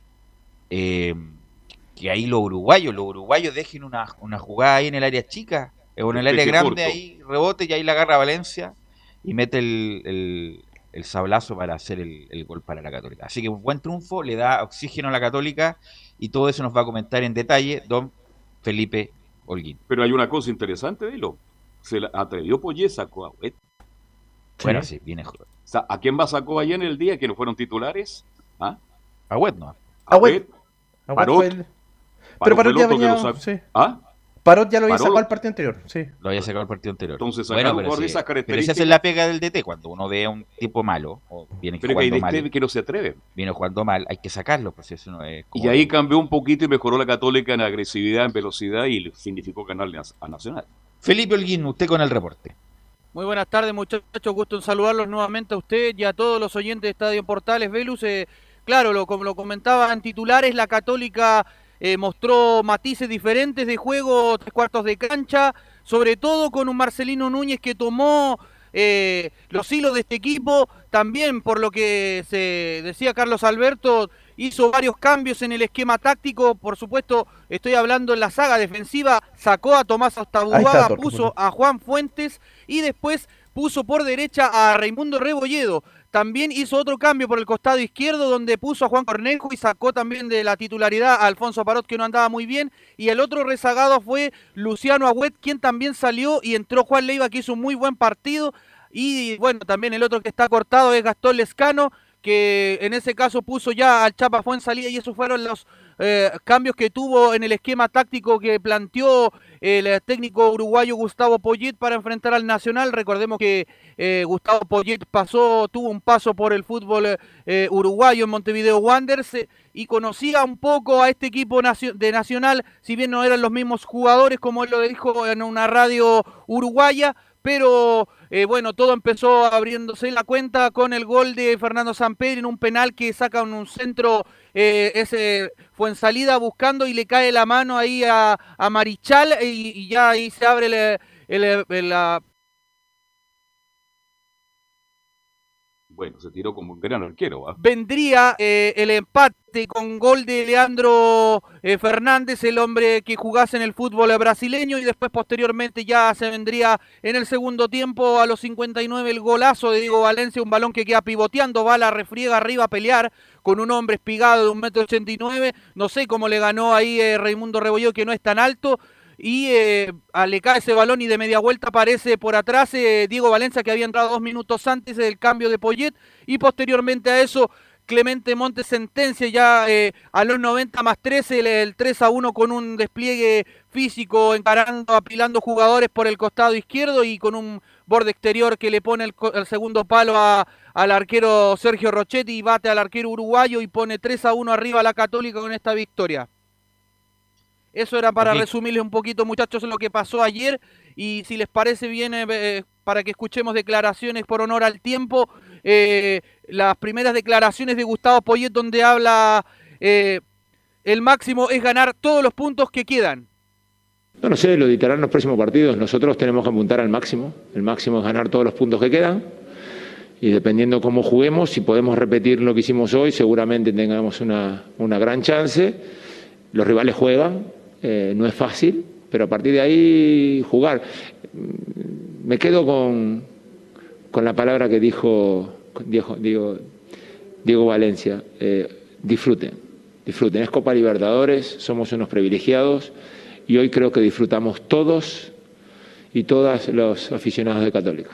que ahí los uruguayos dejen una jugada ahí en el área chica, o en el área grande, corto. Ahí rebote y ahí la agarra Valencia y mete el sablazo para hacer el gol para la Católica. Así que un buen triunfo, le da oxígeno a la Católica y todo eso nos va a comentar en detalle don Felipe Holguín. Pero hay una cosa interesante, Velo. Se la atrevió Poyet, sacó a Agüet. Bueno, sí, viene. O sea, ¿a quién más sacó allá en el día que no fueron titulares? Agüet no. Parot. Pero Parot ya venía... Sí. Parot ya lo había sacado al partido anterior. Sí. Lo había sacado al partido anterior. Entonces, bueno, pero esa es la pega del DT. Cuando uno ve a un tipo malo, o viene jugando mal, que no se atreve. Viene jugando mal, hay que sacarlo. Pues eso no es como... Y ahí cambió un poquito y mejoró la Católica en agresividad, en velocidad y significó ganarle a Nacional. Felipe Holguín, usted con el reporte. Muy buenas tardes, muchachos. Gusto en saludarlos nuevamente a usted y a todos los oyentes de Estadio Portales. Velus, claro, como lo comentaba en titulares, la Católica mostró matices diferentes de juego, 3/4 de cancha, sobre todo con un Marcelino Núñez que tomó los hilos de este equipo. También, por lo que se decía Carlos Alberto, hizo varios cambios en el esquema táctico. Por supuesto, estoy hablando en la saga defensiva, sacó a Tomás Astaburuaga, puso a Juan Fuentes y después puso por derecha a Raimundo Rebolledo. También hizo otro cambio por el costado izquierdo donde puso a Juan Cornejo y sacó también de la titularidad a Alfonso Parot, que no andaba muy bien. Y el otro rezagado fue Luciano Agüet, quien también salió, y entró Juan Leiva, que hizo un muy buen partido. Y bueno, también el otro que está cortado es Gastón Lescano, que en ese caso puso ya al Chapa Fuenzalida, y esos fueron los cambios que tuvo en el esquema táctico que planteó el técnico uruguayo Gustavo Poyet para enfrentar al Nacional. Recordemos que Gustavo Poyet tuvo un paso por el fútbol uruguayo en Montevideo Wanderers y conocía un poco a este equipo de Nacional, si bien no eran los mismos jugadores como él lo dijo en una radio uruguaya, pero bueno, todo empezó abriéndose la cuenta con el gol de Fernando Sampedri en un penal que saca un centro, ese Fuenzalida buscando y le cae la mano ahí a Marichal y ya ahí se abre la... Bueno, se tiró como un gran arquero, ¿va? Vendría el empate con gol de Leandro Fernández, el hombre que jugase en el fútbol brasileño, y después posteriormente ya se vendría en el segundo tiempo a los 59 el golazo de Diego Valencia, un balón que queda pivoteando, va a la refriega arriba a pelear con un hombre espigado de 1,89 m, no sé cómo le ganó ahí Raimundo Rebolló, que no es tan alto, y le cae ese balón y de media vuelta aparece por atrás Diego Valencia, que había entrado 2 minutos antes del cambio de Poyet, y posteriormente a eso Clemente Montes sentencia ya a los 90 más 13 el 3-1 con un despliegue físico, encarando, apilando jugadores por el costado izquierdo y con un borde exterior que le pone el segundo palo al arquero Sergio Rochetti, y bate al arquero uruguayo y pone 3-1 arriba a la Católica con esta victoria. Eso era para resumirles un poquito, muchachos, lo que pasó ayer, y si les parece bien, para que escuchemos declaraciones por honor al tiempo, las primeras declaraciones de Gustavo Poyet, donde habla el máximo es ganar todos los puntos que quedan. No sé, lo editarán los próximos partidos. Nosotros tenemos que apuntar al máximo. El máximo es ganar todos los puntos que quedan. Y dependiendo cómo juguemos, si podemos repetir lo que hicimos hoy, seguramente tengamos una gran chance. Los rivales juegan, no es fácil, pero a partir de ahí jugar. Me quedo con la palabra que dijo Diego Valencia. Disfruten. Es Copa Libertadores, somos unos privilegiados y hoy creo que disfrutamos todos y todas los aficionados de Católica.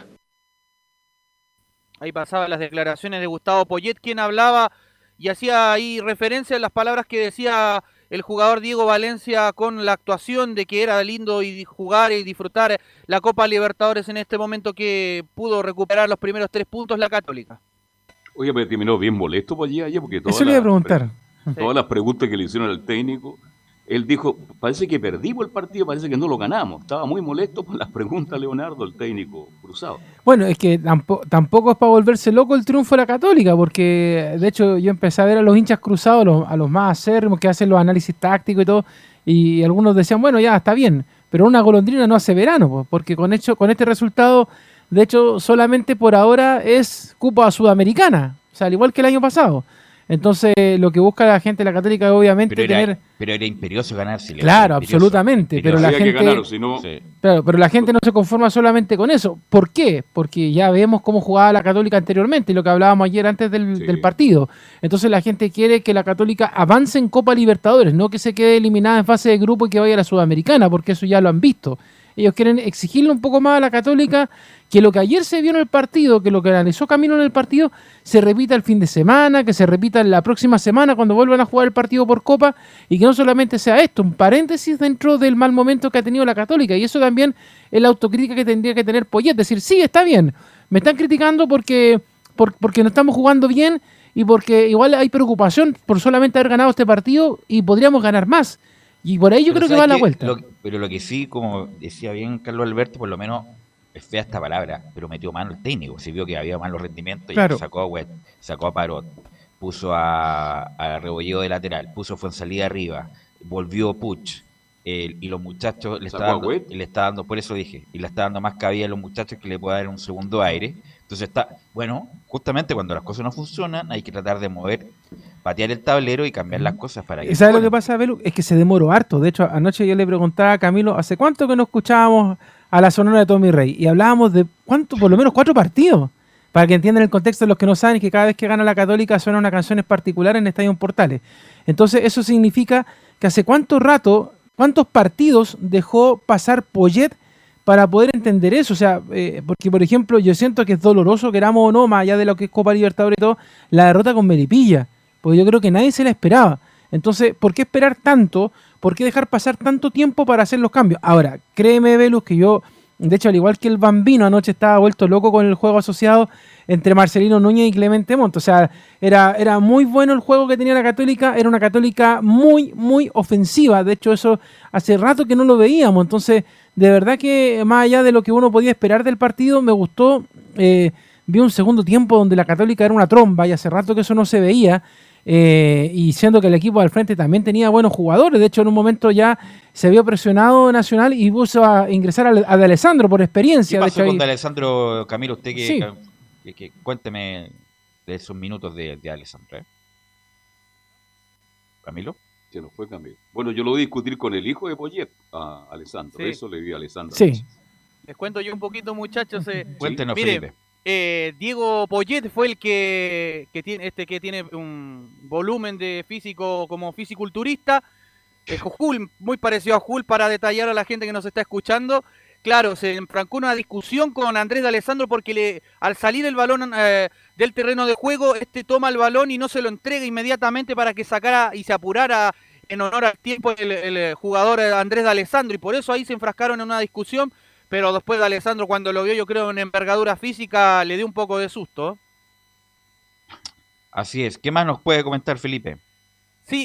Ahí pasaban las declaraciones de Gustavo Poyet, quien hablaba y hacía ahí referencia a las palabras que decía el jugador Diego Valencia con la actuación de que era lindo y jugar y disfrutar la Copa Libertadores en este momento que pudo recuperar los primeros 3 puntos la Católica. Oye, pero terminó bien molesto por allí, porque eso le iba a preguntar. Todas las preguntas que le hicieron al técnico, él dijo, parece que perdimos el partido, parece que no lo ganamos. Estaba muy molesto por las preguntas, Leonardo, el técnico cruzado. Bueno, es que tampoco es para volverse loco el triunfo de la Católica, porque de hecho yo empecé a ver a los hinchas cruzados, a los más acérrimos que hacen los análisis tácticos y todo, y algunos decían, bueno, ya está bien, pero una golondrina no hace verano, porque con este resultado, de hecho, solamente por ahora es cupo a Sudamericana, o sea, al igual que el año pasado. Entonces, lo que busca la gente de la Católica es obviamente pero era imperioso ganar. Claro, absolutamente. Pero la gente, claro, pero la gente no se conforma solamente con eso. ¿Por qué? Porque ya vemos cómo jugaba la Católica anteriormente, lo que hablábamos ayer antes del partido. Entonces, la gente quiere que la Católica avance en Copa Libertadores, no que se quede eliminada en fase de grupo y que vaya a la Sudamericana, porque eso ya lo han visto. Ellos quieren exigirle un poco más a la Católica que lo que ayer se vio en el partido, que lo que analizó Camilo en el partido, se repita el fin de semana, que se repita la próxima semana cuando vuelvan a jugar el partido por Copa, y que no solamente sea esto, un paréntesis dentro del mal momento que ha tenido la Católica. Y eso también es la autocrítica que tendría que tener Poyet, decir, sí, está bien, me están criticando porque no estamos jugando bien y porque igual hay preocupación por solamente haber ganado este partido y podríamos ganar más. Y por ahí yo creo que va a la vuelta. Pero lo que sí, como decía bien Carlos Alberto, por lo menos es fea esta palabra, pero metió mano el técnico. Se vio que había malos rendimientos y sacó a Parot, puso a Rebolledo de lateral, puso Fuenzalida arriba, volvió Puch, y los muchachos le está dando, por eso dije, y le está dando más cabida a los muchachos que le pueda dar un segundo aire. Entonces justamente cuando las cosas no funcionan, hay que tratar de patear el tablero y cambiar las cosas para que... ¿Sabes lo que pasa, Belu? Es que se demoró harto. De hecho, anoche yo le preguntaba a Camilo, ¿hace cuánto que no escuchábamos a la Sonora de Tommy Rey? Y hablábamos de por lo menos 4 partidos. Para que entiendan el contexto de los que no saben, que cada vez que gana la Católica suena una canción en particular en Estadio Portales. Entonces, eso significa que hace cuántos partidos dejó pasar Poyet para poder entender eso. O sea, porque por ejemplo, yo siento que es doloroso, queramos o no, más allá de lo que es Copa Libertadores y todo, la derrota con Melipilla. Porque yo creo que nadie se la esperaba. Entonces, ¿por qué esperar tanto? ¿Por qué dejar pasar tanto tiempo para hacer los cambios? Ahora, créeme, Velus, que yo, de hecho, al igual que el Bambino, anoche estaba vuelto loco con el juego asociado entre Marcelino Núñez y Clemente Montt. O sea, era muy bueno el juego que tenía la Católica. Era una Católica muy, muy ofensiva. De hecho, eso hace rato que no lo veíamos. Entonces, de verdad que más allá de lo que uno podía esperar del partido, me gustó. Vi un segundo tiempo donde la Católica era una tromba y hace rato que eso no se veía. Y siendo que el equipo al frente también tenía buenos jugadores. De hecho, en un momento ya se vio presionado Nacional y puso a ingresar a De Alessandro por experiencia. ¿Qué pasó con De Alessandro, Camilo? Usted que cuénteme esos minutos de Alessandro. ¿Camilo? Se nos fue Camilo. Bueno, yo lo voy a discutir con el hijo de Poyet, a Alessandro. Sí. Eso le vi a Alessandro. Sí. Les cuento yo un poquito, muchachos. Cuéntenos, Mire, Felipe. Diego Poyet fue el que tiene un volumen de físico como fisiculturista. Jul, muy parecido a Jul, para detallar a la gente que nos está escuchando. Claro, se enfrancó una discusión con Andrés D'Alessandro porque al salir el balón del terreno de juego, toma el balón y no se lo entrega inmediatamente para que sacara y se apurara en honor al tiempo el jugador Andrés D'Alessandro, y por eso ahí se enfrascaron en una discusión, pero después D'Alessandro, cuando lo vio, yo creo, en envergadura física, le dio un poco de susto. Así es. ¿Qué más nos puede comentar, Felipe? Sí,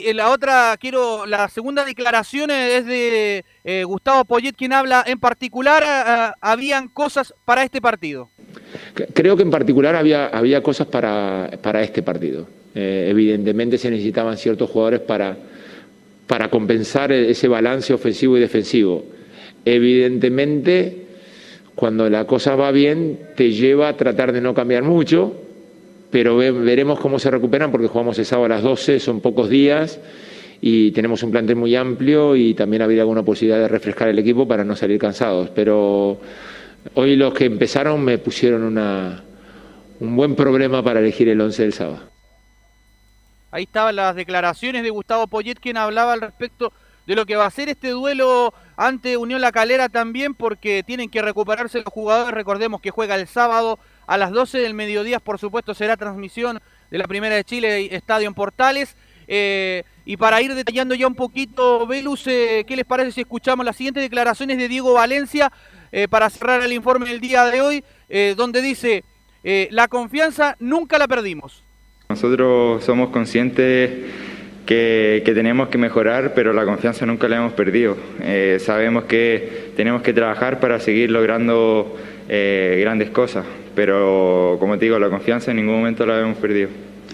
la segunda declaración es de Gustavo Poyet, quien habla en particular, habían cosas para este partido. Creo que en particular había cosas para este partido. Evidentemente se necesitaban ciertos jugadores para compensar ese balance ofensivo y defensivo. Evidentemente, cuando la cosa va bien, te lleva a tratar de no cambiar mucho, pero veremos cómo se recuperan, porque jugamos el sábado a las 12, son pocos días y tenemos un plantel muy amplio, y también habría alguna posibilidad de refrescar el equipo para no salir cansados. Pero hoy los que empezaron me pusieron un buen problema para elegir el 11 del sábado. Ahí estaban las declaraciones de Gustavo Poyet, quien hablaba al respecto de lo que va a ser este duelo ante Unión La Calera también, porque tienen que recuperarse los jugadores. Recordemos que juega el sábado a las 12 del mediodía, por supuesto será transmisión de la Primera de Chile, Estadio en Portales. Y para ir detallando ya un poquito, Velus, ¿qué les parece si escuchamos las siguientes declaraciones de Diego Valencia para cerrar el informe del día de hoy, donde dice, la confianza nunca la perdimos? Nosotros somos conscientes que tenemos que mejorar, pero la confianza nunca la hemos perdido. Sabemos que tenemos que trabajar para seguir logrando grandes cosas, pero como te digo, la confianza en ningún momento la hemos perdido.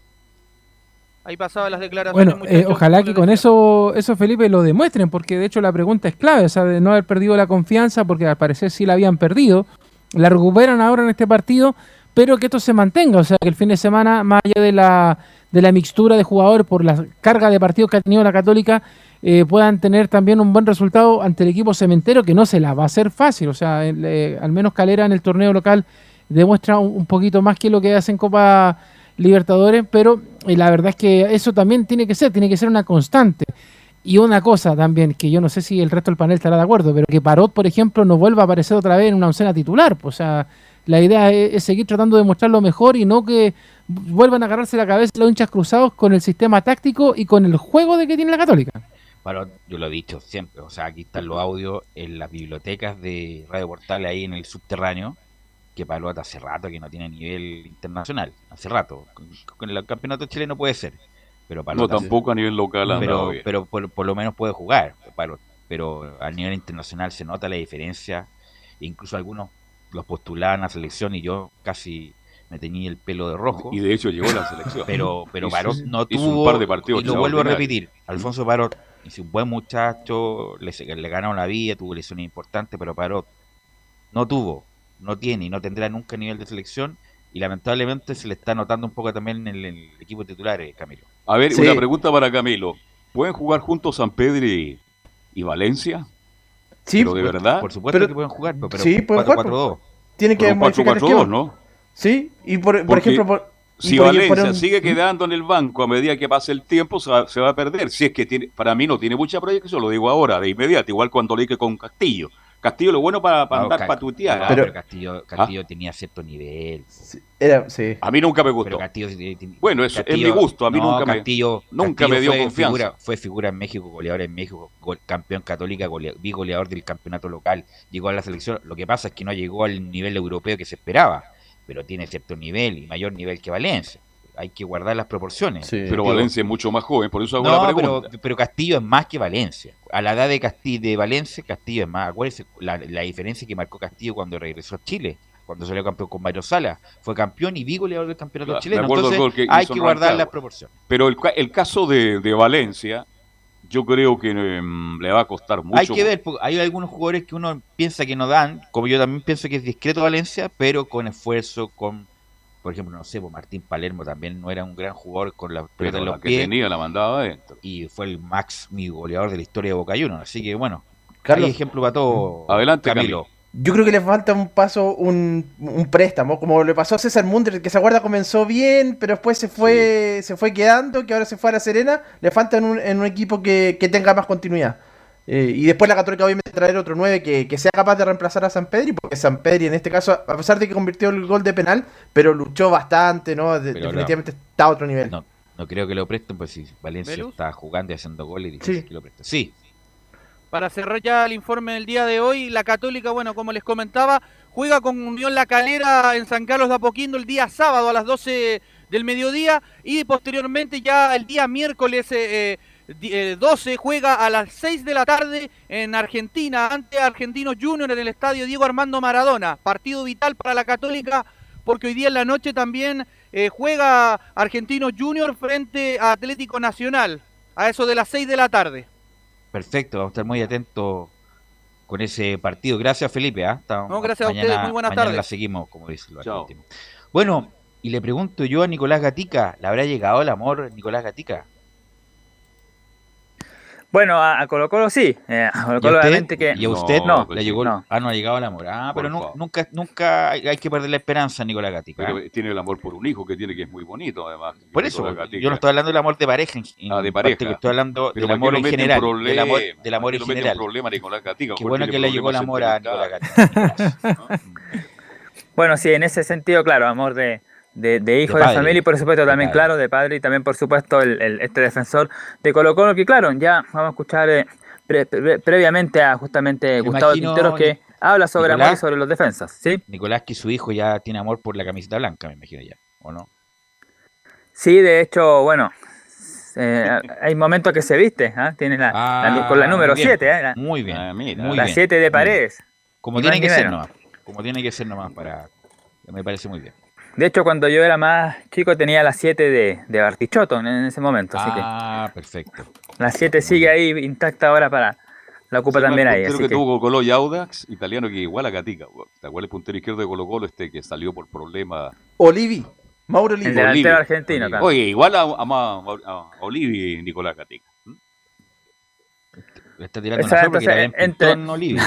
Ahí pasaban las declaraciones. Bueno, ojalá que con eso Felipe lo demuestren, porque de hecho la pregunta es clave, o sea, de no haber perdido la confianza, porque al parecer sí la habían perdido, la recuperan ahora en este partido, pero que esto se mantenga, o sea, que el fin de semana, más allá de la mixtura de jugadores por la carga de partidos que ha tenido la Católica, puedan tener también un buen resultado ante el equipo cementero, que no se la va a hacer fácil. O sea, al menos Calera en el torneo local demuestra un poquito más que lo que hace en Copa Libertadores, pero la verdad es que eso también tiene que ser una constante. Y una cosa también, que yo no sé si el resto del panel estará de acuerdo, pero que Parot, por ejemplo, no vuelva a aparecer otra vez en una oncena titular. Pues, o sea, la idea es seguir tratando de mostrar lo mejor y no que vuelvan a agarrarse la cabeza los hinchas cruzados con el sistema táctico y con el juego de que tiene la Católica. Parot, yo lo he dicho siempre, o sea, aquí están los audios en las bibliotecas de Radio Portales, ahí en el subterráneo, que Parot hace rato que no tiene nivel internacional, hace rato. Con el campeonato chileno puede ser, pero Parot no, tampoco a nivel local. Pero por lo menos puede jugar, Parot, pero a nivel internacional se nota la diferencia, incluso algunos los postulaban a la selección y yo casi me teñí el pelo de rojo. Y de hecho llegó a la selección. Pero Parot no hizo tuvo, un par de partidos, y lo vuelvo a repetir, Alfonso Parot es un buen muchacho, le ganaron la vida, tuvo lesiones importantes, pero Parot no tiene y no tendrá nunca nivel de selección, y lamentablemente se le está notando un poco también en el equipo titular, Camilo. A ver, sí. Una pregunta para Camilo. ¿Pueden jugar juntos San Pedro y Valencia? Sí, ¿Pero de verdad? Por supuesto que pueden jugar, pero sí, pueden 4-4-2. Tienen que modificar el esquema, ¿no? Sí, y por ejemplo... Si Valencia sigue quedando en el banco a medida que pase el tiempo, se va a perder. Si es que para mí no tiene mucha proyección, lo digo ahora, de inmediato, igual cuando le dije con Castillo. Castillo lo bueno para andar patutear. Pero Castillo tenía cierto nivel. Sí. A mí nunca me gustó. Bueno, eso es mi gusto. A mí nunca me dio confianza. Fue figura en México, goleador en México, campeón Católica, bigoleador del campeonato local. Llegó a la selección. Lo que pasa es que no llegó al nivel europeo que se esperaba, pero tiene cierto nivel y mayor nivel que Valencia. Hay que guardar las proporciones. Sí. Pero Valencia es mucho más joven, por eso hago la pregunta. Pero Castillo es más que Valencia. A la edad de Valencia, Castillo es más. Acuérdense la diferencia que marcó Castillo cuando regresó a Chile, cuando salió campeón con Mario Sala. Fue campeón y bigoleador del campeonato chileno. Entonces hay que guardar las proporciones. Pero el caso de Valencia, yo creo que le va a costar mucho. Hay que ver, hay algunos jugadores que uno piensa que no dan, como yo también pienso que es discreto Valencia, pero con esfuerzo, con por ejemplo, no sé, pues Martín Palermo también no era un gran jugador con la pelota en los la que pies. tenía la mandaba adentro. Y fue el máximo goleador de la historia de Boca Juniors. Así que bueno, Carlos, hay ejemplo para todo. Adelante, Camilo. Yo creo que le falta un paso, un préstamo, como le pasó a César Munder, que se acuerda comenzó bien, pero después se fue quedando, que ahora se fue a La Serena. Le falta en un equipo que tenga más continuidad. Y después la Católica obviamente traer otro 9 que sea capaz de reemplazar a Sampedri, porque Sampedri en este caso, a pesar de que convirtió el gol de penal, pero luchó bastante, ¿no? Definitivamente está a otro nivel. No creo que lo presten, pues si Valencia ¿Velus? está jugando y haciendo goles, difícil que lo presten. Sí. Para cerrar ya el informe del día de hoy, la Católica, bueno, como les comentaba, juega con Unión La Calera en San Carlos de Apoquindo el día sábado a las 12 del mediodía y posteriormente ya el día miércoles 12 juega a las 6 de la tarde en Argentina ante Argentinos Juniors en el estadio Diego Armando Maradona. Partido vital para la Católica porque hoy día en la noche también juega Argentinos Juniors frente a Atlético Nacional a eso de las 6 de la tarde. Perfecto, vamos a estar muy atentos con ese partido. Gracias, Felipe. No, gracias a ustedes, muy buenas tardes. La seguimos, como dicen los argentinos. Bueno, y le pregunto yo a Nicolás Gatica, ¿le habrá llegado el amor Nicolás Gatica? Bueno, a Colo Colo sí. A Colo Colo obviamente que... ¿Y a usted no? ¿Le llegó? No ha llegado el amor. Pero nunca hay que perder la esperanza, Nicolás Gatica. Pero tiene el amor por un hijo que tiene, que es muy bonito, además. Por eso, yo no estoy hablando del amor de pareja. De pareja. Estoy hablando del amor en general. Del amor en general. Problema, Nicolás Gatica. Qué bueno que le llegó el amor a Nicolás Gatica. Bueno, sí, en ese sentido, claro, amor de hijo, de familia y por supuesto también, claro, de padre y también por supuesto este defensor de Colo Colo que claro, ya vamos a escuchar previamente a justamente Gustavo Quinteros que habla sobre Nicolás, amor y sobre los defensas, ¿sí? Nicolás, que su hijo ya tiene amor por la camiseta blanca, me imagino ya, ¿o no? Sí, de hecho, bueno, hay momentos que se viste, tiene con la número 7, muy bien, la 7 de Paredes. Como tiene que ser nomás, me parece muy bien. De hecho, cuando yo era más chico tenía la 7 de Bartichotto en ese momento. Así perfecto. La 7 sigue ahí intacta ahora para la ocupa también ahí. Creo que tuvo Colo y Audax, italiano que igual a Gatica. ¿Te acuerdas el puntero izquierdo de Colo Colo que salió por problemas? Mauro Olivi. El delantero argentino. Claro. Oye, igual a Olivi y Nicolás Gatica. Le está tirando una sopa porque entre Olivi.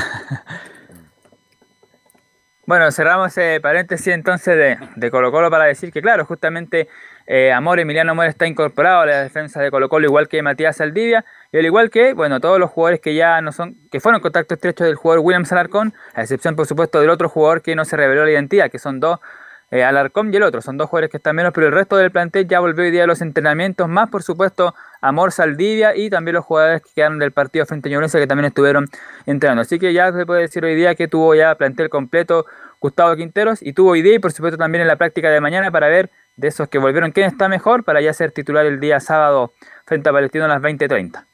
Bueno, cerramos ese paréntesis entonces de Colo Colo para decir que claro, justamente Emiliano Amor está incorporado a la defensa de Colo Colo igual que Matías Saldivia y al igual que, bueno, todos los jugadores que fueron en contacto estrecho del jugador Williams Alarcón, a excepción por supuesto del otro jugador que no se reveló la identidad, que son dos, Alarcón y el otro, son dos jugadores que están menos, pero el resto del plantel ya volvió hoy día a los entrenamientos, más por supuesto Amor, Saldivia y también los jugadores que quedaron del partido frente a Ñublense que también estuvieron entrenando. Así que ya se puede decir hoy día que tuvo ya plantel completo Gustavo Quinteros y tuvo hoy día y por supuesto también en la práctica de mañana para ver de esos que volvieron quién está mejor para ya ser titular el día sábado frente a Palestino a las 20:30.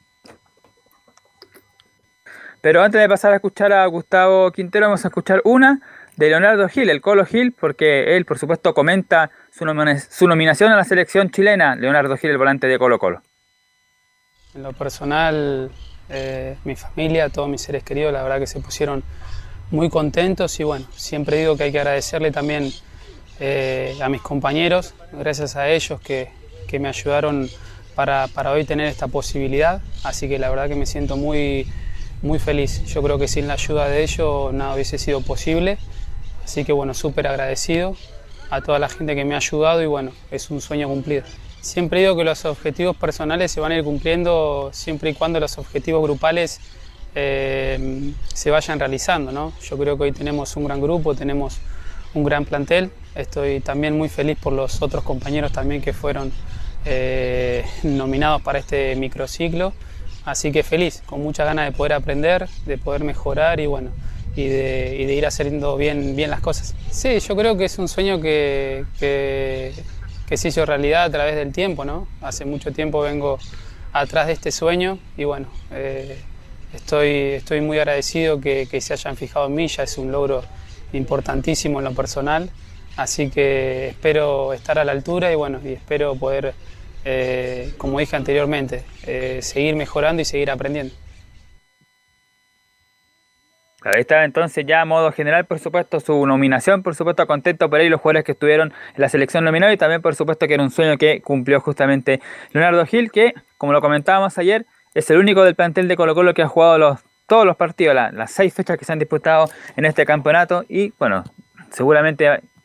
Pero antes de pasar a escuchar a Gustavo Quintero vamos a escuchar una de Leonardo Gil, el Colo Gil, porque él por supuesto comenta su nominación a la selección chilena, Leonardo Gil, el volante de Colo Colo. En lo personal, mi familia, todos mis seres queridos, la verdad que se pusieron muy contentos y bueno, siempre digo que hay que agradecerle también a mis compañeros, gracias a ellos que me ayudaron para hoy tener esta posibilidad, así que la verdad que me siento muy feliz. Yo creo que sin la ayuda de ellos nada hubiese sido posible, así que bueno, súper agradecido a toda la gente que me ha ayudado y bueno, es un sueño cumplido. Siempre digo que los objetivos personales se van a ir cumpliendo siempre y cuando los objetivos grupales se vayan realizando, ¿no? Yo creo que hoy tenemos un gran grupo, tenemos un gran plantel. Estoy también muy feliz por los otros compañeros también que fueron nominados para este microciclo. Así que feliz, con muchas ganas de poder aprender, de poder mejorar y bueno, y de ir haciendo bien las cosas. Sí, yo creo que es un sueño que se hizo realidad a través del tiempo, ¿no? Hace mucho tiempo vengo atrás de este sueño y bueno, estoy muy agradecido que se hayan fijado en mí, ya es un logro importantísimo en lo personal, así que espero estar a la altura y bueno, y espero poder, como dije anteriormente, seguir mejorando y seguir aprendiendo. Ahí está entonces ya a modo general, por supuesto, su nominación, por supuesto, contento por ahí los jugadores que estuvieron en la selección nominada y también, por supuesto, que era un sueño que cumplió justamente Leonardo Gil, que, como lo comentábamos ayer, es el único del plantel de Colo-Colo que ha jugado todos los partidos, las 6 fechas que se han disputado en este campeonato y, bueno, seguramente,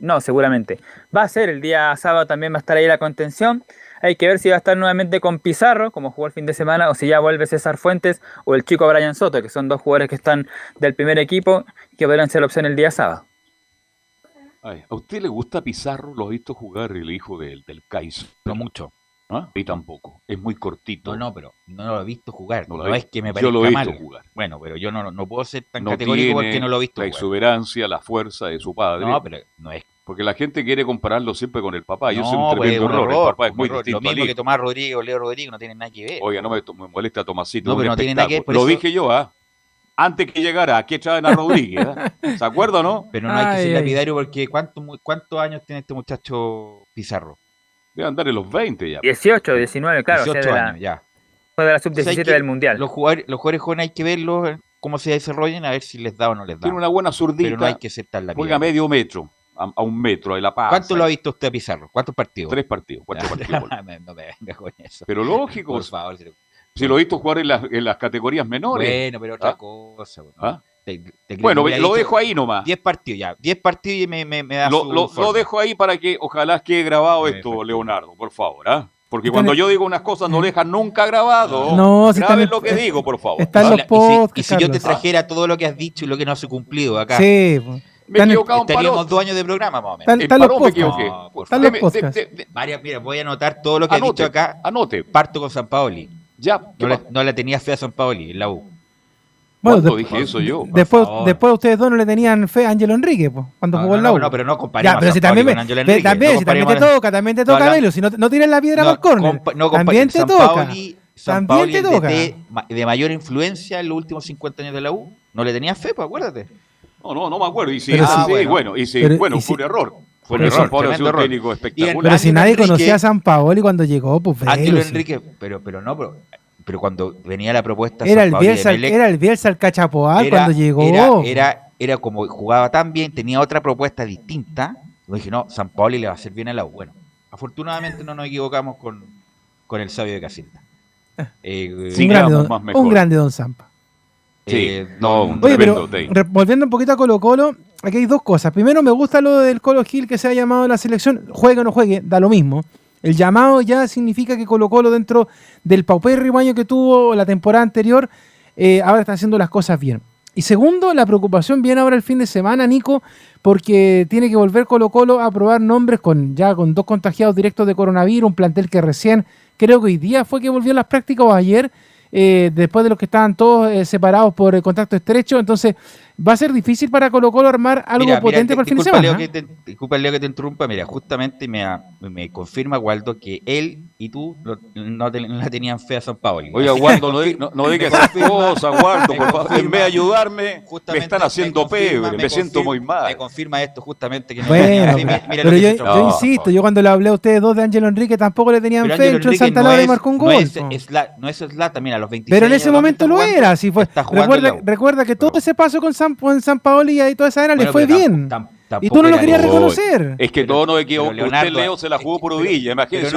va a ser el día sábado, también va a estar ahí la contención. Hay que ver si va a estar nuevamente con Pizarro, como jugó el fin de semana, o si ya vuelve César Fuentes o el chico Brian Soto, que son 2 jugadores que están del primer equipo y que podrán ser la opción el día sábado. Ay, ¿a usted le gusta Pizarro? ¿Lo ha visto jugar el hijo del Kaiser? No mucho. ¿Ah? Y tampoco. Es muy cortito. No, pero no lo he visto jugar. No es que me parezca yo lo he visto mal. Jugar. Bueno, pero yo no puedo ser tan no categórico porque no lo he visto la jugar. Exuberancia, la fuerza de su padre. No, pero no es. Porque la gente quiere compararlo siempre con el papá. Yo No, soy un tremendo pues, error. El papá es muy error. distinto. Lo mismo que Tomás Rodríguez o Leo Rodríguez no tienen nada que ver. Oiga, no me molesta Tomasito. No, pero no tiene nada que ver. Lo dije yo, antes que llegara, aquí echaban a Rodríguez. ¿Se acuerda o no? Pero no hay que ser lapidario porque ¿cuántos años tiene este muchacho Pizarro? Debe andar en los 20 ya. 18, 19, claro. 18 años, ya. Fue de la sub-17 del Mundial. Los jugadores jóvenes hay que verlos, cómo se desarrollan, a ver si les da o no les da. Tiene una buena zurdita. Pero no hay que ser tan lapidario. Juega medio metro. A 1 metro de la paz. ¿Cuánto lo ha visto usted a Pizarro? ¿Cuántos partidos? 3 partidos, 4 partidos. No me venga con eso. Pero lógico. Por favor. Si lo he visto jugar en las categorías menores. Bueno, pero otra cosa. Bueno, lo dejo ahí nomás. 10 partidos ya. 10 partidos y me da lo dejo ahí para que ojalá quede grabado esto, Leonardo, por favor. Porque cuando yo digo unas cosas no dejan nunca grabado. No, si graben lo que digo, por favor. Están los podcasts, y si yo te trajera todo lo que has dicho y lo que no se ha cumplido acá. Sí, me he equivocado un estaríamos 2 años de programa más o menos. Están los podcasts. María, mira, voy a anotar todo lo que has dicho acá. Anote. Parto con Sampaoli. Ya. No la tenía fe a Sampaoli en la U. ¿Cuándo dije eso yo? Después ustedes dos no le tenían fe a Ángelo Enrique, cuando jugó en la U. No, pero no comparemos a Sampaoli con Ángelo Enrique. También te toca, Velo. Si no tires la piedra para el córner. También te toca. Sampaoli de mayor influencia en los últimos 50 años de la U. No le tenía fe, pues acuérdate. No me acuerdo. Y sí, fue un error. Fue un error, tremendo error. Técnico espectacular. Pero si nadie conocía a Sampaoli cuando llegó, pues Ángelo Enrique, pero cuando venía la propuesta era el Bielsa el Cachapoal cuando llegó. Era como jugaba tan bien, tenía otra propuesta distinta. Yo dije, no, Sampaoli le va a hacer bien a la U. Bueno, afortunadamente no nos equivocamos con el sabio de Casilda. Un grande Don Zampa. Oye, pero volviendo un poquito a Colo-Colo, aquí hay 2 cosas. Primero, me gusta lo del Colo Gil que se ha llamado a la selección. Juegue o no juegue, da lo mismo. El llamado ya significa que Colo-Colo, dentro del paupérrimo año que tuvo la temporada anterior, ahora está haciendo las cosas bien. Y segundo, la preocupación viene ahora el fin de semana, Nico, porque tiene que volver Colo-Colo a probar nombres con 2 contagiados directos de coronavirus, un plantel que recién, creo que hoy día fue que volvió a las prácticas o ayer, después de los que estaban todos separados por contacto estrecho. Entonces va a ser difícil para Colo-Colo armar algo potente para el fin de semana. Disculpa, Leo, que te interrumpa. Mira, justamente me confirma Waldo que él y tú no la tenían fe a Sampaoli. Oiga, Waldo, no digas esas cosas, Waldo, por favor. En vez de ayudarme, me están haciendo pebre, me siento muy mal. Me confirma esto justamente. Que bueno, pero yo insisto, yo cuando le hablé a ustedes dos de Ángelo Enrique tampoco le tenían fe, entró en Santa Laura y marcó un gol. No es Zlatan, mira, a los 26 pero en ese momento lo era, así fue. Recuerda que todo ese paso con Sampaoli y toda esa era le fue bien. Y tú no lo querías reconocer. Es que todo no equivocó. Usted, Leo, se la jugó por Udilla. Imagínese.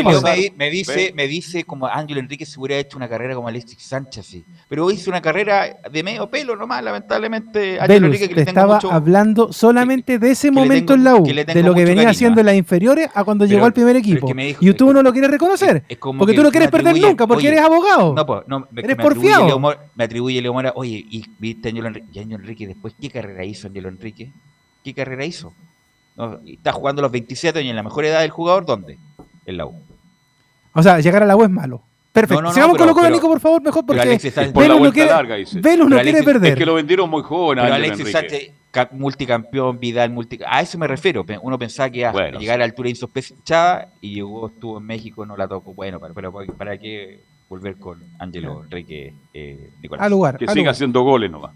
Me dice como Ángelo Enrique se hubiera hecho una carrera como Alexis Sánchez, sí. Pero hizo una carrera de medio pelo nomás, lamentablemente. Ángelo Enrique, que le estaba hablando solamente de ese momento en la U, de lo que venía haciendo en las inferiores a cuando llegó al primer equipo. Y tú no lo quieres reconocer, porque tú no quieres perder nunca, porque eres abogado. Eres porfiado. Me atribuye Leo Mora, oye, y viste Ángelo Enrique después, ¿qué carrera hizo Ángelo Enrique? ¿Qué carrera hizo? No, está jugando a los 27 años en la mejor edad del jugador, ¿dónde? En la U. O sea, llegar a la U es malo. Perfecto. Sigamos con Colo-Colo, Nico, por favor, mejor, porque Velo no quiere perder. Es que lo vendieron muy joven. Pero Alexis Sánchez, multicampeón, Vidal, a eso me refiero. Uno pensaba que iba a llegar a la altura insospechada y estuvo en México, no la tocó. Bueno, pero ¿para qué volver con Ángelo Enrique, Nicolás? Que siga haciendo goles nomás.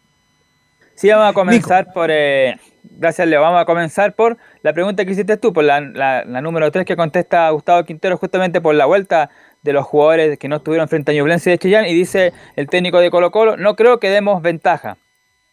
Sí, vamos a comenzar por... gracias, Leo. Vamos a comenzar por la pregunta que hiciste tú, por la número 3 que contesta Gustavo Quintero, justamente por la vuelta de los jugadores que no estuvieron frente a Ñublense de Chillán, y dice el técnico de Colo-Colo: no creo que demos ventaja.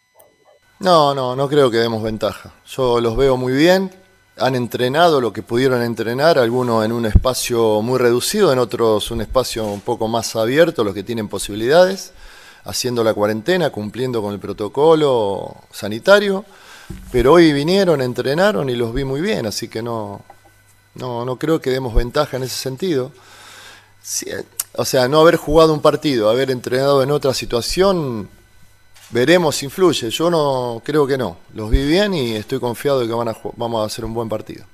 No creo que demos ventaja. Yo los veo muy bien. Han entrenado lo que pudieron entrenar, algunos en un espacio muy reducido, en otros un espacio un poco más abierto, los que tienen posibilidades, haciendo la cuarentena, cumpliendo con el protocolo sanitario. Pero hoy vinieron, entrenaron y los vi muy bien, así que no creo que demos ventaja en ese sentido. Sí, o sea, no haber jugado un partido, haber entrenado en otra situación, veremos si influye. Yo no creo que no. Los vi bien y estoy confiado de que vamos a hacer un buen partido.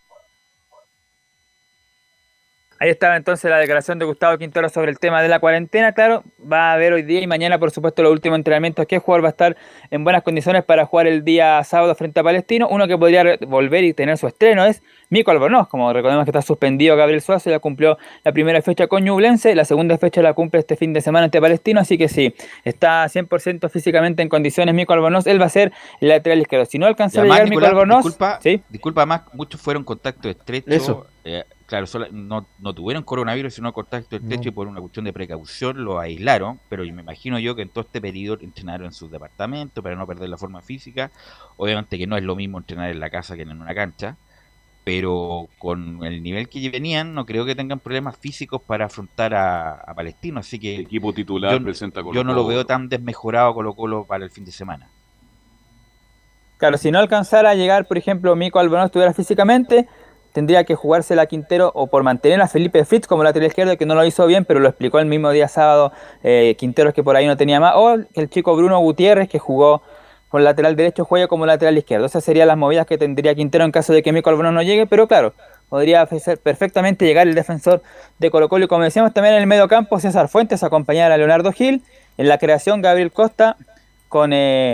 Ahí estaba entonces la declaración de Gustavo Quintero sobre el tema de la cuarentena. Claro, va a haber hoy día y mañana, por supuesto, los últimos entrenamientos. ¿Qué jugador va a estar en buenas condiciones para jugar el día sábado frente a Palestino? Uno que podría volver y tener su estreno es Mico Albornoz. Como recordemos que está suspendido Gabriel Suazo, ya cumplió la primera fecha con Ñublense, la segunda fecha la cumple este fin de semana ante Palestino, así que sí, está 100% físicamente en condiciones Mico Albornoz. Él va a ser el lateral izquierdo. Si no alcanza a llegar Mico Albornoz... Disculpa, más, muchos fueron contacto estrecho. Eso. Claro, no tuvieron coronavirus, sino contacto estrecho y por una cuestión de precaución lo aislaron, pero me imagino yo que en todo este periodo entrenaron en sus departamentos para no perder la forma física. Obviamente que no es lo mismo entrenar en la casa que en una cancha, pero con el nivel que venían no creo que tengan problemas físicos para afrontar a Palestino, así que el equipo titular presenta Colo-Colo. Yo no lo veo tan desmejorado Colo-Colo para el fin de semana. Claro, si no alcanzara a llegar, por ejemplo, Mico Albornoz estuviera físicamente, tendría que jugársela Quintero o por mantener a Felipe Fritz como lateral izquierdo, que no lo hizo bien, pero lo explicó el mismo día sábado Quintero, que por ahí no tenía más, o el chico Bruno Gutiérrez, que jugó con lateral derecho, juega como lateral izquierdo. Esas serían las movidas que tendría Quintero en caso de que Mico Albornoz no llegue, pero claro, podría perfectamente llegar el defensor de Colo-Colo. Y como decíamos también en el medio campo, César Fuentes acompañar a Leonardo Gil, en la creación Gabriel Costa con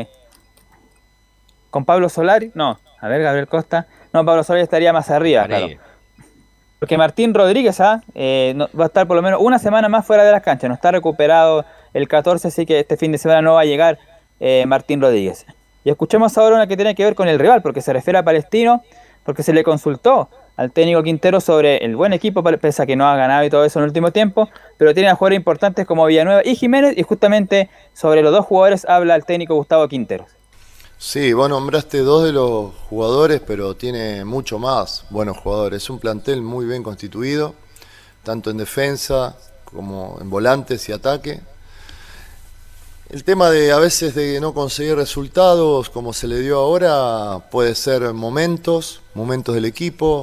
Pablo Solari, Gabriel Costa, Pablo Solari estaría más arriba, claro. Porque Martín Rodríguez va a estar por lo menos una semana más fuera de las canchas, no está recuperado el 14, así que este fin de semana no va a llegar Martín Rodríguez. Y escuchemos ahora una que tiene que ver con el rival, porque se refiere a Palestino, porque se le consultó al técnico Quintero sobre el buen equipo, pese a que no ha ganado y todo eso en el último tiempo, pero tiene a jugadores importantes como Villanueva y Jiménez, y justamente sobre los dos jugadores habla el técnico Gustavo Quintero. Sí, vos nombraste dos de los jugadores, pero tiene mucho más buenos jugadores. Es un plantel muy bien constituido, tanto en defensa como en volantes y ataque. El tema de a veces de no conseguir resultados, como se le dio ahora, puede ser momentos del equipo,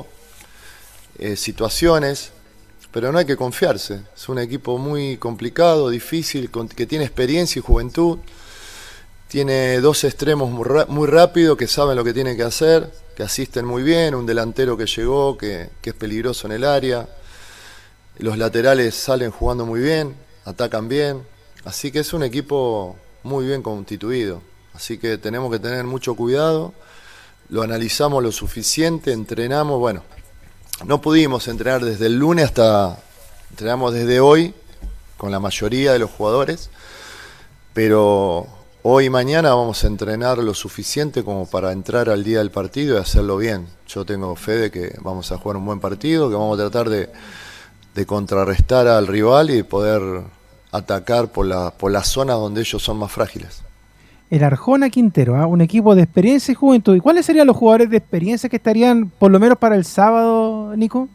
situaciones, pero no hay que confiarse. Es un equipo muy complicado, difícil, que tiene experiencia y juventud. Tiene dos extremos muy rápidos que saben lo que tienen que hacer, que asisten muy bien, un delantero que llegó, que es peligroso en el área. Los laterales salen jugando muy bien, atacan bien. Así que es un equipo muy bien constituido. Así que tenemos que tener mucho cuidado. Lo analizamos lo suficiente, entrenamos. Bueno, no pudimos entrenar desde el lunes entrenamos desde hoy con la mayoría de los jugadores. Pero hoy y mañana vamos a entrenar lo suficiente como para entrar al día del partido y hacerlo bien. Yo tengo fe de que vamos a jugar un buen partido, que vamos a tratar de contrarrestar al rival y poder atacar por la zona donde ellos son más frágiles. El Arjona Quintero, un equipo de experiencia y juventud. ¿Y cuáles serían los jugadores de experiencia que estarían por lo menos para el sábado, Nico?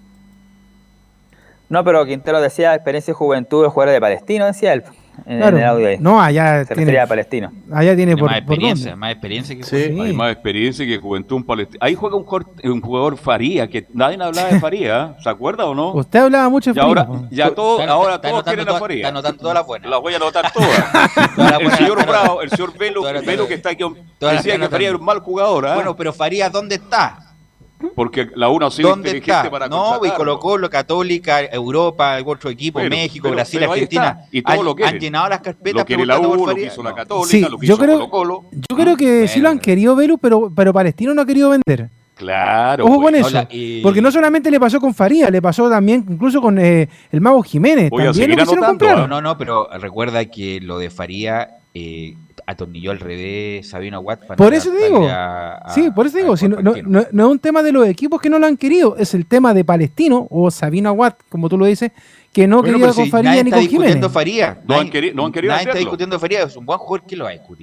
No, pero Quintero decía experiencia y juventud, los jugadores de Palestino, decía él. Claro. En el audio ahí. No, allá se tiene a Palestino. Allá tiene más experiencia que sí. Hay más experiencia que juventud en Palestino. Ahí juega un jugador Faría, que nadie hablaba de Faría, ¿se acuerda o no? Usted hablaba mucho de Faría. Ahora todos quieren a Faría. Está anotando todas las buenas. Las voy a anotar todas. El señor Bravo, el señor Velo que está aquí, decía que Faría era un mal jugador. Bueno, pero Faría, ¿dónde está? Porque la UNA ha sido inteligente para contratarlo. Y Colo-Colo, Católica, Europa, otro equipo, México, Brasil, Argentina. Y todo lo han llenado las carpetas. Lo quiere la U, lo quiso la Católica, sí, lo quiso Colo-Colo. Yo creo que sí lo han querido, Velu, pero Palestino no ha querido vender. Claro. Ojo con eso. Porque no solamente le pasó con Faría, le pasó también incluso con el Mago Jiménez. También lo quisieron comprar. No, pero recuerda que lo de Faría atornilló al revés Sabino Watt. Por eso te digo. Por eso te digo. Si no es un tema de los equipos que no lo han querido, es el tema de Palestino o Sabino Watt, como tú lo dices, que no quería con Faría ni con Jiménez. Faría. No han querido nadie está discutiendo Faría, es un buen jugador que lo va a discutir.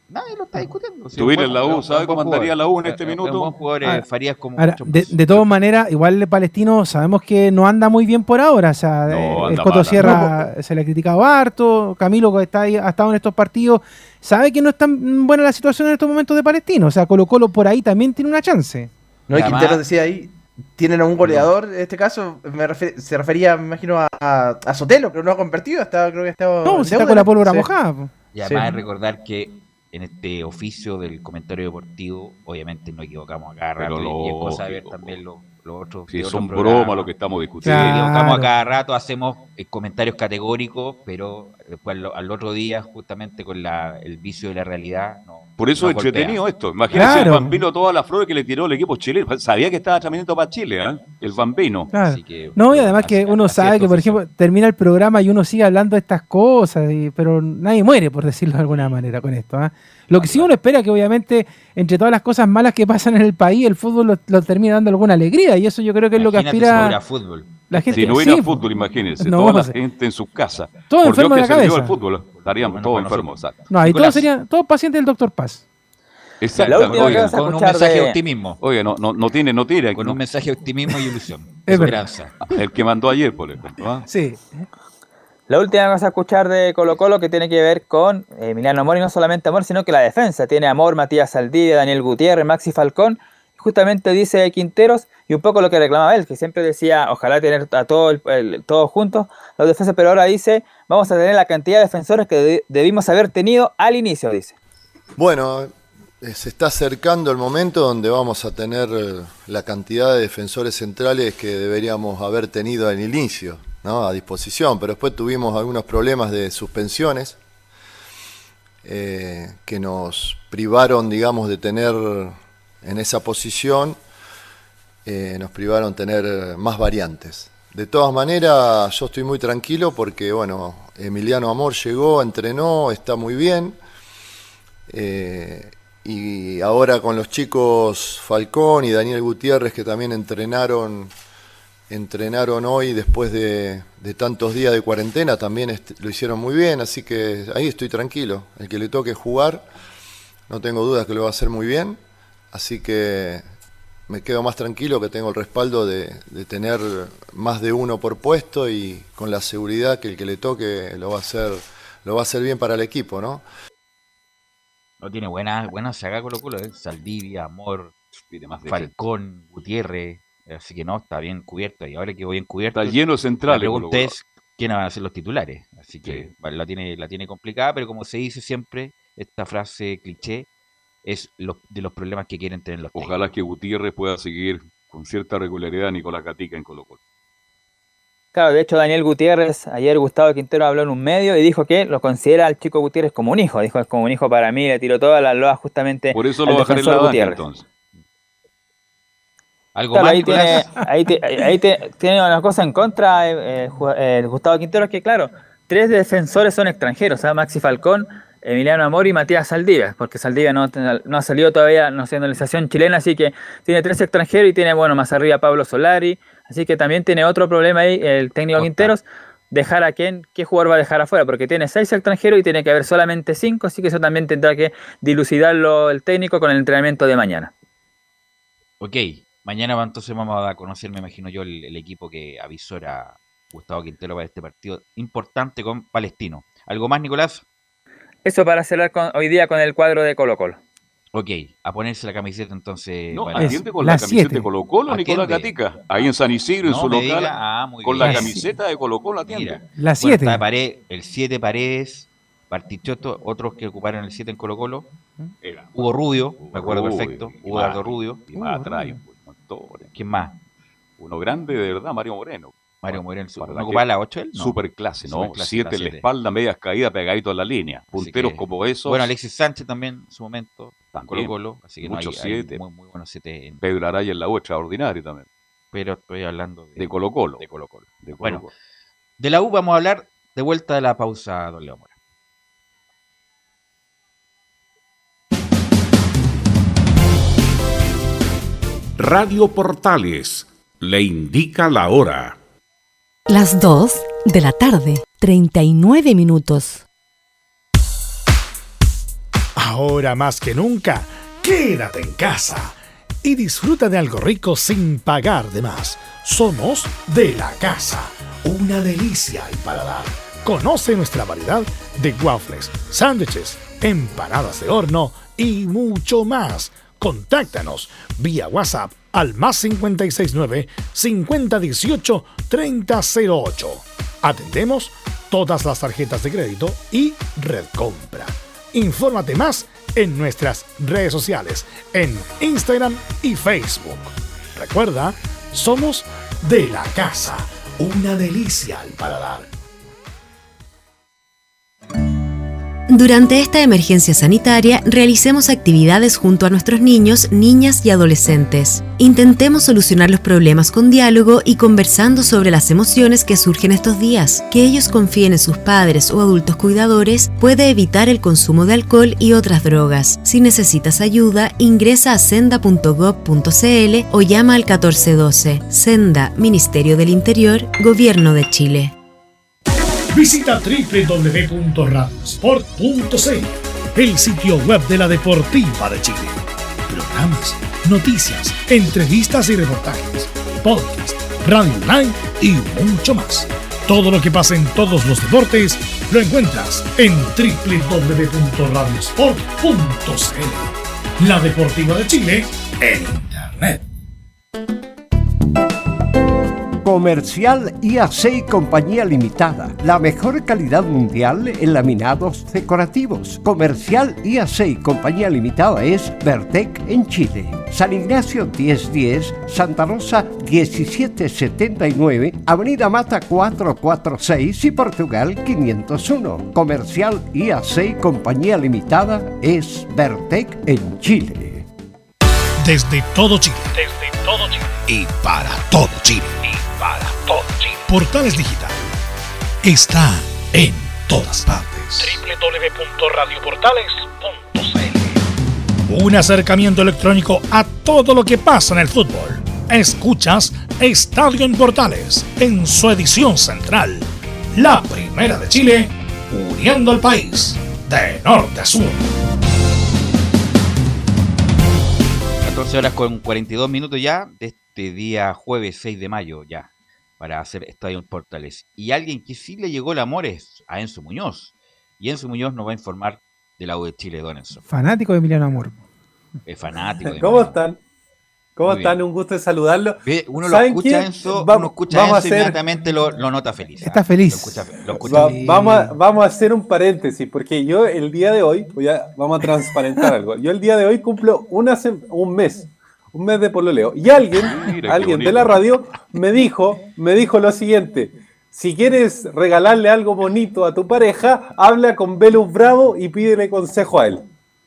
Nadie lo está discutiendo. Estuviera en la U, ¿sabe cómo andaría la U en este minuto? Farías como ahora, de todas maneras, igual el Palestino sabemos que no anda muy bien por ahora. O sea, el Coto Sierra se le ha criticado harto. Camilo, que está ahí, ha estado en estos partidos, sabe que no es tan buena la situación en estos momentos de Palestino. O sea, Colo-Colo por ahí también tiene una chance. No, y Quintero decía ahí, tienen a un goleador, en este caso se refería, me imagino, a Sotelo, pero no ha convertido, creo que estaba... No, si está con la pólvora mojada. Y además recordar que en este oficio del comentario deportivo, obviamente nos equivocamos a cada rato, y es cosa de ver también los otros. Sí, son bromas lo que estamos discutiendo. Nos equivocamos a cada rato, hacemos comentarios categóricos, pero después al otro día, justamente con el vicio de la realidad, por eso es entretenido esto. Imagínense el Bambino, todas las flores que le tiró el equipo chileno. Sabía que estaba transmitiendo para Chile, el Bambino. Claro. Así que, no, y además que uno sabe que, por ejemplo, termina el programa y uno sigue hablando de estas cosas, pero nadie muere, por decirlo de alguna manera, con esto. Lo que sí uno espera que, obviamente, entre todas las cosas malas que pasan en el país, el fútbol lo termine dando alguna alegría, y eso yo creo que es lo que aspira... La gente, si no hubiera fútbol, imagínense, toda la gente en sus casas. Todos enfermos de la cabeza. El fútbol, estaríamos todos enfermos. No, ahí todos serían todos pacientes del Dr. Paz. Oigan, con un mensaje de optimismo. Oye, no tira. Con un mensaje de optimismo y ilusión. Esperanza. El que mandó ayer, por ejemplo. Sí. La última que vamos a escuchar de Colo-Colo, que tiene que ver con Emiliano Amor, y no solamente Amor, sino que la defensa. Tiene Amor, Matías Saldivia, Daniel Gutiérrez, Maxi Falcón. Justamente dice Quinteros, y un poco lo que reclamaba él, que siempre decía, ojalá tener a todos juntos los defensas, pero ahora dice, vamos a tener la cantidad de defensores que debimos haber tenido al inicio, dice. Bueno, se está acercando el momento donde vamos a tener la cantidad de defensores centrales que deberíamos haber tenido al inicio, ¿no? A disposición, pero después tuvimos algunos problemas de suspensiones que nos privaron, digamos, de tener en esa posición, nos privaron tener más variantes. De todas maneras, yo estoy muy tranquilo porque, bueno, Emiliano Amor llegó, entrenó, está muy bien. Y ahora con los chicos Falcón y Daniel Gutiérrez, que también entrenaron hoy después de tantos días de cuarentena, también lo hicieron muy bien, así que ahí estoy tranquilo. El que le toque jugar, no tengo dudas que lo va a hacer muy bien, así que me quedo más tranquilo que tengo el respaldo de tener más de uno por puesto y con la seguridad que el que le toque lo va a hacer bien para el equipo, ¿no? No tiene buena saga Colo-Colo, Saldivia, Amor, Falcón, Gutiérrez, así que no, está bien cubierto. Y ahora que voy bien cubierto, está lleno de centrales. La pregunta es quiénes van a ser los titulares. Así que la tiene complicada, pero como se dice siempre, esta frase cliché es de los problemas que quieren tener los técnicos. Ojalá que Gutiérrez pueda seguir con cierta regularidad a Nicolás Gatica en Colo-Colo. Claro, de hecho Daniel Gutiérrez, ayer Gustavo Quintero habló en un medio y dijo que lo considera al chico Gutiérrez como un hijo. Dijo, es como un hijo para mí, le tiró todas las loas justamente por eso lo va a dejar en la banca, entonces. ¿Algo claro, más, ahí tiene una cosa en contra Gustavo Quintero, es que claro, 3 defensores son extranjeros, Maxi Falcón, Emiliano Amor y Matías Saldivia, porque Saldivia no ha salido todavía nacionalización chilena, así que tiene 3 extranjeros y tiene, bueno, más arriba Pablo Solari, así que también tiene otro problema ahí el técnico Quinteros, dejar a qué jugador va a dejar afuera, porque tiene 6 extranjeros y tiene que haber solamente 5, así que eso también tendrá que dilucidarlo el técnico con el entrenamiento de mañana. Ok, mañana entonces vamos a conocer, me imagino yo, el equipo que avisora Gustavo Quintero para este partido importante con Palestino. ¿Algo más, Nicolás? Eso para cerrar hoy día con el cuadro de Colo-Colo. Ok, a ponerse la camiseta entonces. No, atiende con la camiseta de Colo-Colo, Nicolás Gatica. Ahí en San Isidro, en su local, con la camiseta de Colo-Colo atiende. La 7. El 7 Paredes, Bartichotto, otros que ocuparon el 7 en Colo-Colo. Hugo Rubio, me acuerdo perfecto. Hugo Dardo Rubio. Y más atrás, ¿quién más? Uno grande de verdad, Mario Moreno. ¿no ocupaba la 8 él? No. Super clase, ¿no? 7 en la espalda, medias caídas, pegadito en la línea. Punteros como esos. Bueno, Alexis Sánchez también en su momento. También. Colo-Colo. Así que muchos 7. Muy buenos 7. Pedro Araya en la 8, extraordinario también. Pero estoy hablando de Colo-Colo. Bueno, de la U vamos a hablar de vuelta de la pausa, don Leo Mora. Radio Portales le indica la hora. Las 2 de la tarde, 39 minutos. Ahora más que nunca, quédate en casa y disfruta de algo rico sin pagar de más. Somos de la casa, una delicia al paladar. Conoce nuestra variedad de waffles, sándwiches, empanadas de horno y mucho más. Contáctanos vía WhatsApp al +569 5018 3008. Atendemos todas las tarjetas de crédito y Red Compra. Infórmate más en nuestras redes sociales, en Instagram y Facebook. Recuerda, somos de la casa, una delicia al paladar. Durante esta emergencia sanitaria, realicemos actividades junto a nuestros niños, niñas y adolescentes. Intentemos solucionar los problemas con diálogo y conversando sobre las emociones que surgen estos días. Que ellos confíen en sus padres o adultos cuidadores puede evitar el consumo de alcohol y otras drogas. Si necesitas ayuda, ingresa a senda.gov.cl o llama al 1412. Senda, Ministerio del Interior, Gobierno de Chile. Visita www.radiosport.cl, el sitio web de la Deportiva de Chile. Programas, noticias, entrevistas y reportajes, podcast, radio online y mucho más. Todo lo que pasa en todos los deportes lo encuentras en www.radiosport.cl. La Deportiva de Chile en Internet. Comercial IAC y Compañía Limitada. La mejor calidad mundial en laminados decorativos. Comercial IAC y Compañía Limitada es Vertec en Chile. San Ignacio 1010, Santa Rosa 1779, Avenida Mata 446 y Portugal 501. Comercial IAC y Compañía Limitada es Vertec en Chile. Desde todo Chile. Y para todo Chile. Portales Digital está en todas partes. www.radioportales.cl. Un acercamiento electrónico a todo lo que pasa en el fútbol. Escuchas Estadio en Portales en su edición central. La primera de Chile, uniendo al país de norte a sur. 14 horas con 42 minutos ya de este día jueves 6 de mayo ya para hacer Estadio en Portales. Y alguien que sí le llegó el amor es a Enzo Muñoz. Y Enzo Muñoz nos va a informar de la U de Chile, don Enzo. Fanático de Emiliano Amor. Es fanático de ¿Cómo están? ¿Cómo están? Un gusto de saludarlo. Uno lo escucha, Enzo, inmediatamente lo nota feliz. Está feliz. Lo escucha feliz. Vamos a hacer un paréntesis, porque yo el día de hoy, vamos a transparentar algo. Yo el día de hoy cumplo un mes de pololeo. Y alguien de la radio me dijo lo siguiente: si quieres regalarle algo bonito a tu pareja, habla con Velus Bravo y pídele consejo a él.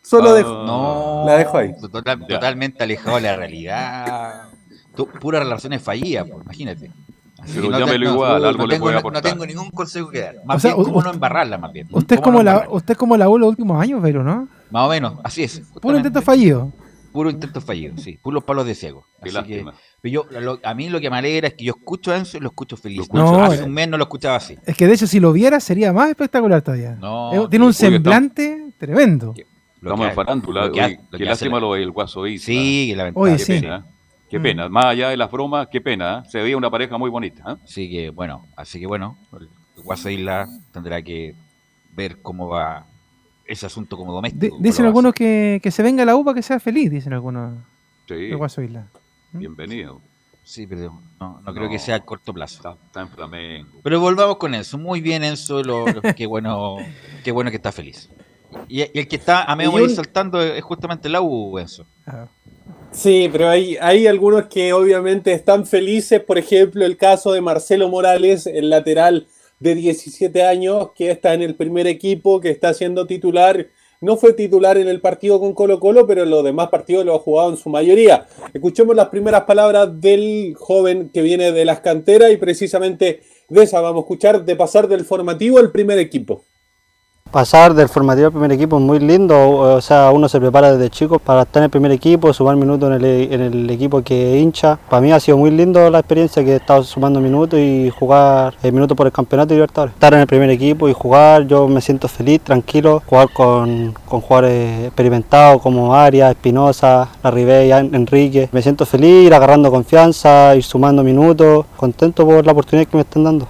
La dejo ahí. Totalmente alejado de la realidad. Puras relaciones fallidas, pues, imagínate. Pero llámelo igual, algo le puede aportar. No tengo ningún consejo que dar. Más bien, cómo no embarrarla, más bien. Usted es como la U los últimos años, Velo, ¿no? Más o menos, así es. Puro intento fallido. Puro intento fallido, sí. Puros palos de ciego. Qué lástima. A mí lo que me alegra es que yo escucho a Enzo y lo escucho feliz. Hace un mes no lo escuchaba así. Es que de hecho, si lo viera, sería más espectacular todavía. Tiene un semblante tremendo. Estamos en farándula. Qué lástima lo del Guaso Isla. Sí, lamentable. Qué pena. Qué pena. Más allá de las bromas, qué pena. Se veía una pareja muy bonita. Así que bueno, el Guaso Isla tendrá que ver cómo va ese asunto como doméstico. Dicen algunos que se venga la UPA que sea feliz, dicen algunos. Sí. El Guaso Isla. Bienvenido. Sí, pero no creo que sea a corto plazo. Está en Flamengo. Pero volvamos con Enzo. Muy bien, Enzo. Qué bueno que está feliz. Y el que está a medio morir saltando es justamente la U, Enzo. Sí, pero hay algunos que obviamente están felices. Por ejemplo, el caso de Marcelo Morales, el lateral de 17 años, que está en el primer equipo, que está siendo titular. No fue titular en el partido con Colo-Colo, pero en los demás partidos lo ha jugado en su mayoría. Escuchemos las primeras palabras del joven que viene de las canteras y precisamente de esa vamos a escuchar, de pasar del formativo al primer equipo. Pasar del formativo al primer equipo es muy lindo, o sea, uno se prepara desde chico para estar en el primer equipo, sumar minutos en el equipo que hincha. Para mí ha sido muy lindo la experiencia que he estado sumando minutos y jugar minutos por el campeonato de Libertadores. Estar en el primer equipo y jugar, yo me siento feliz, tranquilo, jugar con jugadores experimentados como Arias, Espinosa, Larribey, Enrique. Me siento feliz, ir agarrando confianza, ir sumando minutos, contento por la oportunidad que me están dando.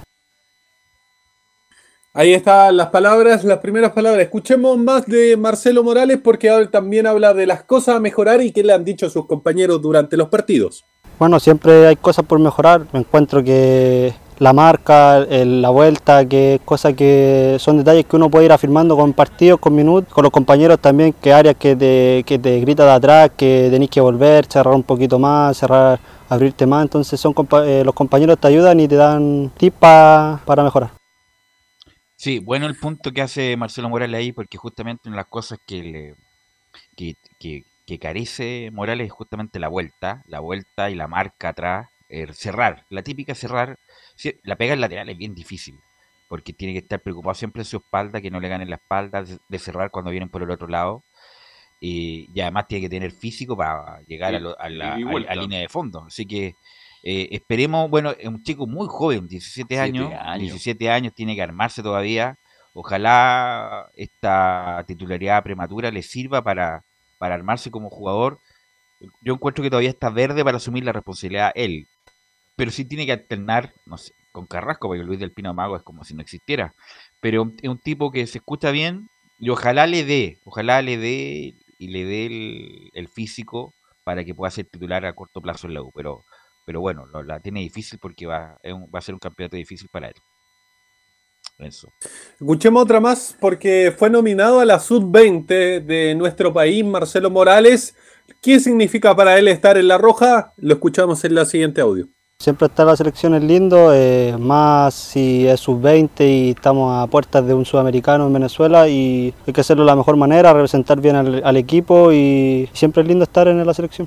Ahí están las palabras, las primeras palabras. Escuchemos más de Marcelo Morales porque también habla de las cosas a mejorar y qué le han dicho a sus compañeros durante los partidos. Bueno, siempre hay cosas por mejorar. Me encuentro que la marca, la vuelta, que cosas que son detalles que uno puede ir afirmando con partidos, con minutos, con los compañeros también, que áreas que te grita de atrás, que tenés que volver, cerrar un poquito más, abrirte más. Entonces los compañeros te ayudan y te dan tips para mejorar. Sí, bueno el punto que hace Marcelo Morales ahí, porque justamente una de las cosas que carece Morales es justamente la vuelta y la marca atrás, cerrar, la típica cerrar, la pega en lateral es bien difícil, porque tiene que estar preocupado siempre en su espalda, que no le ganen la espalda, de cerrar cuando vienen por el otro lado, y además tiene que tener físico para llegar a línea de fondo, así que esperemos, bueno, es un chico muy joven, 17 años, tiene que armarse todavía. Ojalá esta titularidad prematura le sirva para armarse como jugador. Yo encuentro que todavía está verde para asumir la responsabilidad él, pero sí tiene que alternar, no sé, con Carrasco, porque Luis del Pino Mago es como si no existiera. Pero es un tipo que se escucha bien y ojalá le dé el físico para que pueda ser titular a corto plazo en la U, pero bueno, la tiene difícil porque va a ser un campeonato difícil para él. Eso. Escuchemos otra más porque fue nominado a la Sub-20 de nuestro país, Marcelo Morales. ¿Qué significa para él estar en La Roja? Lo escuchamos en la siguiente audio. Siempre estar en la selección es lindo, más si es Sub-20 y estamos a puertas de un sudamericano en Venezuela, y hay que hacerlo de la mejor manera, representar bien al equipo, y siempre es lindo estar en la selección.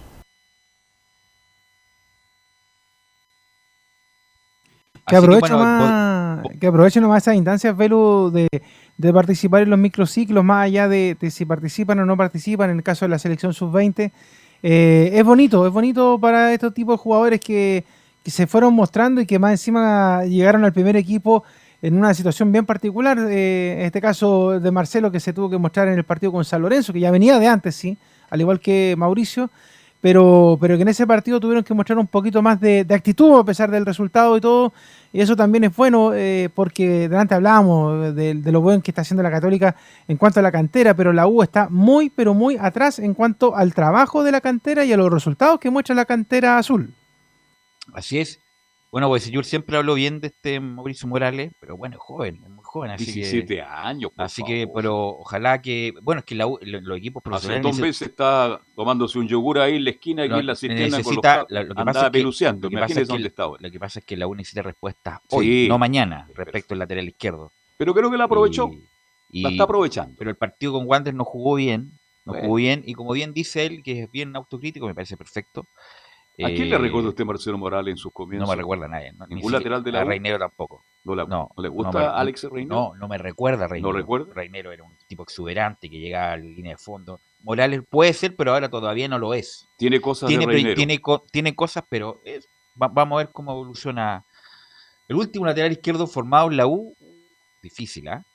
Que aproveche nomás esas instancias, Velu, de participar en los microciclos, más allá de si participan o no participan, en el caso de la selección sub-20. Es bonito para estos tipos de jugadores que se fueron mostrando y que más encima llegaron al primer equipo en una situación bien particular. En este caso de Marcelo, que se tuvo que mostrar en el partido con San Lorenzo, que ya venía de antes, sí, al igual que Mauricio, pero que en ese partido tuvieron que mostrar un poquito más de actitud a pesar del resultado y todo, y eso también es bueno, porque delante hablábamos de lo bueno que está haciendo la Católica en cuanto a la cantera, pero la U está muy, pero muy atrás en cuanto al trabajo de la cantera y a los resultados que muestra la cantera azul. Así es. Bueno, pues yo siempre hablo bien de este Mauricio Morales, pero bueno, es muy joven, así 17 años, así favor. Que, pero ojalá que, bueno, es que los equipos profesionales... Hace 2 meses está tomándose un yogur ahí en la esquina, aquí en la cisterna, con los andaba peluceando, imagínese dónde está ahora. Lo que pasa es que la U necesita respuestas hoy, no mañana, respecto al lateral izquierdo. Pero creo que la aprovechó, la está aprovechando. Pero el partido con Wander no jugó bien, y como bien dice él, que es bien autocrítico, me parece perfecto. ¿A quién le recuerda usted Marcelo Morales en sus comienzos? No me recuerda a nadie. ¿Ningún lateral de la U? A Reinero tampoco. ¿No le gusta Alex Reinero? No me recuerda a Reinero. ¿No recuerda? Reinero era un tipo exuberante que llegaba a la línea de fondo. Morales puede ser, pero ahora todavía no lo es. Tiene cosas de Reinero. Tiene cosas, pero vamos a ver cómo evoluciona. El último lateral izquierdo formado en la U, difícil, ¿ah?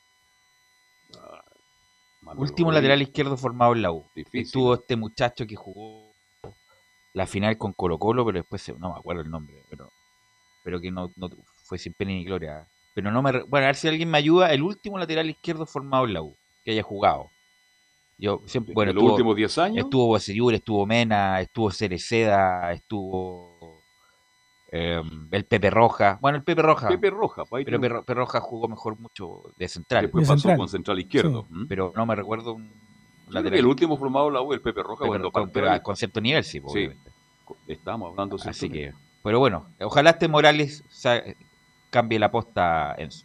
Último lateral izquierdo formado en la U. Difícil. Estuvo este muchacho que jugó la final con Colo-Colo, pero después no me acuerdo el nombre, pero que no fue sin pena ni gloria. Pero bueno, a ver si alguien me ayuda. El último lateral izquierdo formado en la U, que haya jugado. Yo siempre, bueno, los últimos 10 años. Estuvo Bocellur, estuvo Mena, estuvo Cereceda, estuvo el Pepe Roja. Bueno, el Pepe Roja. Pero Pepe Roja jugó mejor mucho de central. Después pasó con central izquierdo. Sí. Pero no me recuerdo el último formado en la U, el Pepe Roja, pero con cierto nivel, sí, obviamente. Estamos hablando de así que, pero bueno, ojalá este Morales cambie la posta, Enzo.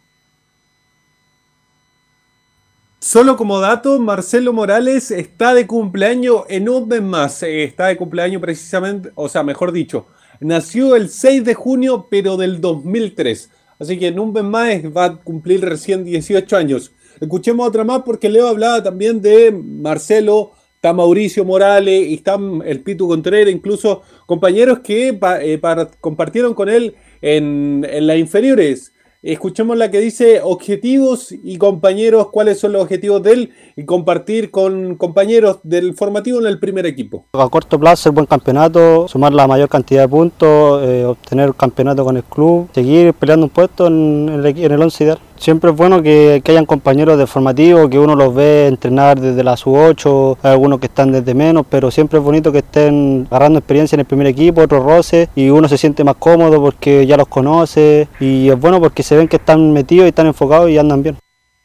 Solo como dato, Marcelo Morales está de cumpleaños en un mes más. Está de cumpleaños precisamente, o sea, mejor dicho, nació el 6 de junio, pero del 2003. Así que en un mes más va a cumplir recién 18 años. escuchemos otra más porque Leo hablaba también de Marcelo, está Mauricio Morales y está el Pitu Contreras, incluso compañeros que compartieron con él en las inferiores. Escuchemos la que dice objetivos y compañeros, cuáles son los objetivos de él y compartir con compañeros del formativo en el primer equipo. A corto plazo, hacer buen campeonato, sumar la mayor cantidad de puntos, obtener campeonato con el club, seguir peleando un puesto en el 11 ideal. Siempre es bueno que hayan compañeros de formativo, que uno los ve entrenar desde la sub-8, hay algunos que están desde menos, pero siempre es bonito que estén agarrando experiencia en el primer equipo, otros roces, y uno se siente más cómodo porque ya los conoce, y es bueno porque se ven que están metidos y están enfocados y andan bien.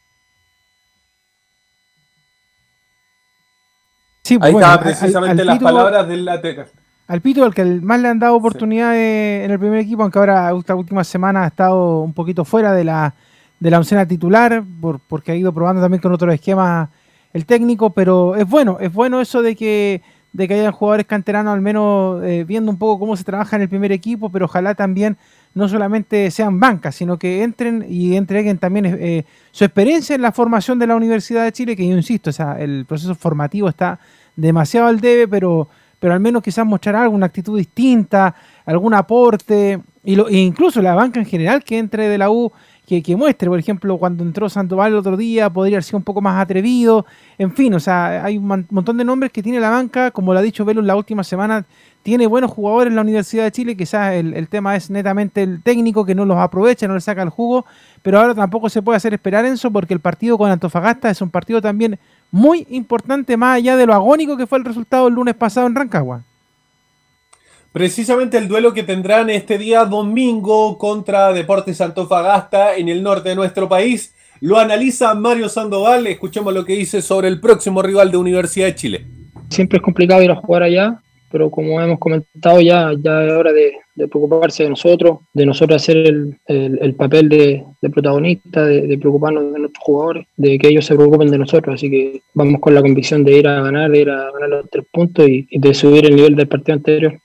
Sí, ahí bueno, estaba precisamente las palabras del lateral. Al Pito, al que más le han dado oportunidades en el primer equipo, aunque ahora esta última semana ha estado un poquito fuera de la oncena titular, porque ha ido probando también con otros esquemas el técnico, pero es bueno eso de que hayan jugadores canteranos al menos viendo un poco cómo se trabaja en el primer equipo, pero ojalá también no solamente sean bancas, sino que entren y entreguen también su experiencia en la formación de la Universidad de Chile, que yo insisto, el proceso formativo está demasiado al debe, pero al menos quizás mostrar alguna actitud distinta, algún aporte, e incluso la banca en general que entre de la U, que muestre, por ejemplo, cuando entró Sandoval el otro día, podría haber sido un poco más atrevido, en fin, hay un montón de nombres que tiene la banca, como lo ha dicho Velus la última semana, tiene buenos jugadores en la Universidad de Chile, quizás el tema es netamente el técnico que no los aprovecha, no le saca el jugo, pero ahora tampoco se puede hacer esperar eso porque el partido con Antofagasta es un partido también muy importante, más allá de lo agónico que fue el resultado el lunes pasado en Rancagua. Precisamente el duelo que tendrán este día domingo contra Deportes Antofagasta en el norte de nuestro país lo analiza Mario Sandoval. Escuchemos lo que dice sobre el próximo rival de Universidad de Chile. Siempre es complicado ir a jugar allá, pero como hemos comentado ya es hora de preocuparse de nosotros hacer el papel de protagonista, de preocuparnos de nuestros jugadores, de que ellos se preocupen de nosotros, así que vamos con la convicción de ir a ganar los 3 puntos y de subir el nivel del partido anterior.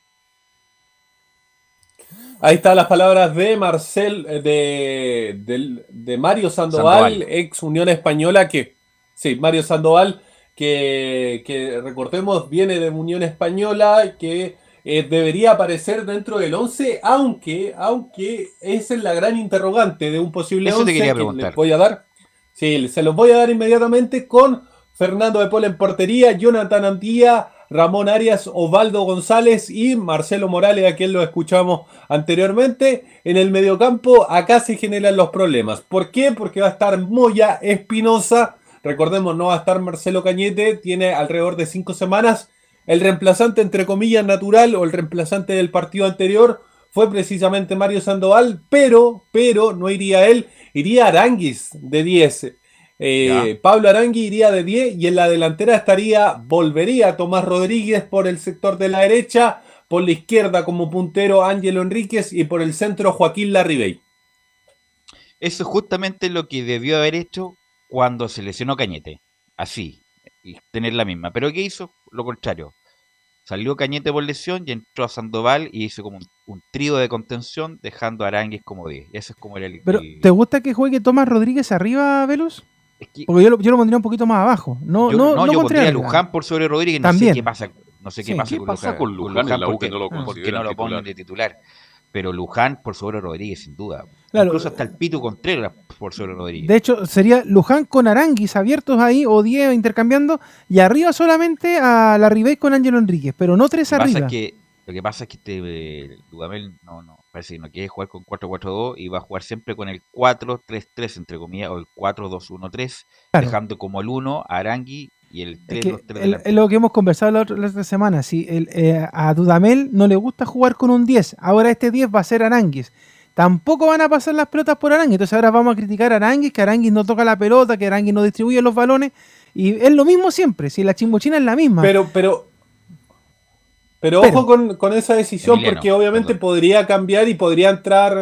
Ahí están las palabras de de Mario Sandoval, ex Unión Española, Mario Sandoval, que recordemos viene de Unión Española, que debería aparecer dentro del 11, aunque esa es la gran interrogante de un posible 11 que les voy a dar. Sí, se los voy a dar inmediatamente con Fernando de Paul en portería, Jonathan Antía, Ramón Arias, Osvaldo González y Marcelo Morales, a quien lo escuchamos anteriormente. En el mediocampo, acá se generan los problemas. ¿Por qué? Porque va a estar Moya Espinosa. Recordemos, no va a estar Marcelo Cañete, tiene alrededor de 5 semanas. El reemplazante, entre comillas, natural, o el reemplazante del partido anterior, fue precisamente Mario Sandoval, pero no iría él, iría Aránguiz de 10. Pablo Arangui iría de 10 y en la delantera volvería Tomás Rodríguez por el sector de la derecha, por la izquierda como puntero Ángelo Enríquez y por el centro Joaquín Larribey. Eso es justamente lo que debió haber hecho cuando se lesionó Cañete, así, y tener la misma. ¿Pero qué hizo? Lo contrario. Salió Cañete por lesión y entró a Sandoval y hizo como un trío de contención, dejando a Aránguiz como 10. Eso es como ¿Pero te gusta que juegue Tomás Rodríguez arriba, Velus? Porque yo lo pondría un poquito más abajo. Yo pondría a Luján por sobre Rodríguez. También. No sé qué pasa con Luján en la U, que no lo ponen de titular. Pero Luján por sobre Rodríguez, sin duda. Claro. Incluso hasta el Pitu Contreras por sobre Rodríguez. De hecho, sería Luján con Aránguiz abiertos ahí, o 10 intercambiando, y arriba solamente a Larribey con Ángelo Enríquez, pero no 3 arriba. Lo que pasa es que Dudamel no parece que no quiere jugar con 4-4-2 y va a jugar siempre con el 4-3-3, entre comillas, o el 4-2-1-3, claro, dejando como el 1 a Arangui y el 3-2-3. Es lo que hemos conversado la otra semana. Si a Dudamel no le gusta jugar con un 10, ahora este 10 va a ser Aránguiz. Tampoco van a pasar las pelotas por Aránguiz, entonces ahora vamos a criticar a Aránguiz, que Aránguiz no toca la pelota, que Aránguiz no distribuye los balones, y es lo mismo siempre, si la chimbochina es la misma. Pero ojo con esa decisión, Emiliano, porque obviamente podría cambiar y podría entrar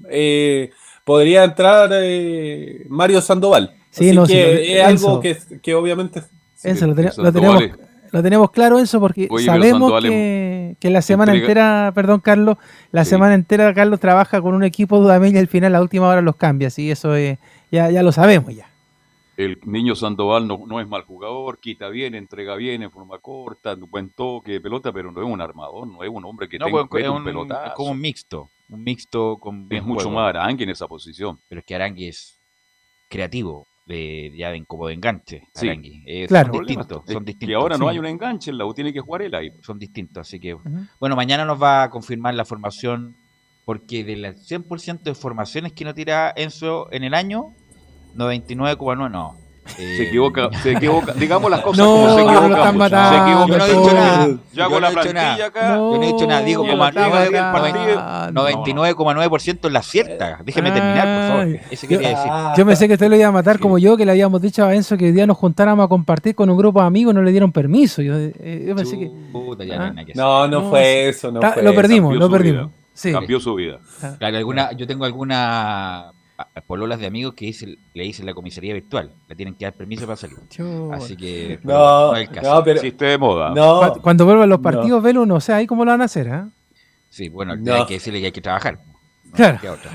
Mario Sandoval. Sí, así es algo que obviamente... Enzo, lo tenemos claro, Enzo, porque sabemos que la semana entera, perdón Carlos, semana entera Carlos trabaja con un equipo Dudamel y al final a última hora los cambia, así eso ya lo sabemos ya. El niño Sandoval no es mal jugador, quita bien, entrega bien en forma corta, buen toque de pelota, pero no es un armador, no es un hombre que tenga un pelotazo. Es como un mixto con es mucho más Arangui en esa posición. Pero es que Arangui es creativo, como de enganche. Sí. Arangui. Claro. Son distintos. Y ahora no hay un enganche, la U tiene que jugar él ahí. Son distintos, así que... Bueno, mañana nos va a confirmar la formación, porque de las 100% de formaciones que no tira Enzo en el año, 99,9 no. Se equivoca, digamos las cosas No, como se equivoca. lo están mucho. matando. Se equivoca. Yo no he dicho nada. Yo hago la plantilla acá. Yo no he dicho nada. Digo, Y en la previa del partido, 99,9% en la cierta. Déjeme terminar, por favor. Eso quería decir. Yo pensé que usted lo iba a matar como yo, que le habíamos dicho a Enzo que hoy día nos juntáramos a compartir con un grupo de amigos, no le dieron permiso. Yo pensé que... Puta, ya no hay nada que hacer. No fue eso. Lo perdimos. Sí. Cambió su vida. Claro, yo tengo algunas pololas de amigos que le dicen la comisaría virtual. Le tienen que dar permiso para salir. Así que no es el caso. no, pero Existe de moda. no, Cuando vuelvan los partidos, Velo, no sé ahí cómo lo van a hacer, ¿eh? Sí, bueno, No. hay que decirle que hay que trabajar. Claro.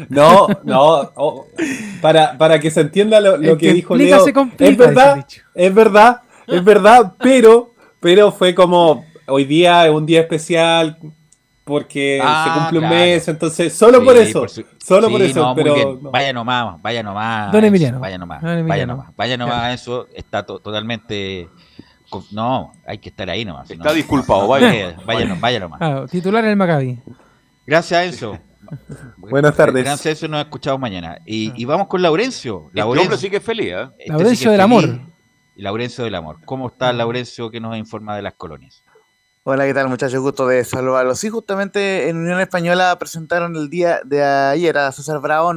Para que se entienda lo El que que dijo explica Leo, se complica, es verdad, pero fue como hoy día es un día especial porque se cumple un mes, entonces solo por eso, muy bien. no. Vaya nomás. Don Emiliano. Vaya nomás, Claro. eso está totalmente... No, hay que estar ahí nomás. Está disculpado, vaya. Vaya nomás. Ah, titular en el Maccabi. Gracias, Enzo. Buenas tardes. Gracias, Enzo, nos escuchamos mañana. Y vamos con Laurencio. Este hombre sí que es feliz, ¿eh? Laurencio del Amor. Y Laurencio del Amor. ¿Cómo está Laurencio que nos informa de las colonias? Hola, ¿qué tal, muchachos? Gusto de saludarlos. Sí, justamente en Unión Española presentaron el día de ayer a César Bravo.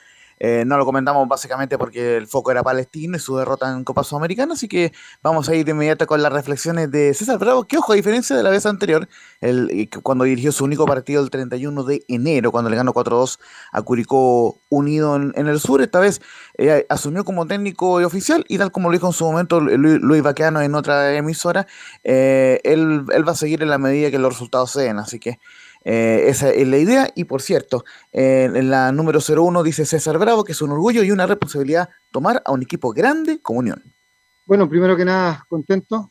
No lo comentamos básicamente porque el foco era Palestino y su derrota en Copa Sudamericana, así que vamos a ir de inmediato con las reflexiones de César Bravo, que ojo, a diferencia de la vez anterior, cuando dirigió su único partido el 31 de enero, cuando le ganó 4-2 a Curicó Unido en el sur, esta vez asumió como técnico y oficial, y tal como lo dijo en su momento Luis Baqueano en otra emisora, él va a seguir en la medida que los resultados se den, así que esa es la idea. Y por cierto, en la número 01 dice César Bravo que es un orgullo y una responsabilidad tomar a un equipo grande como Unión. Bueno, primero que nada, contento.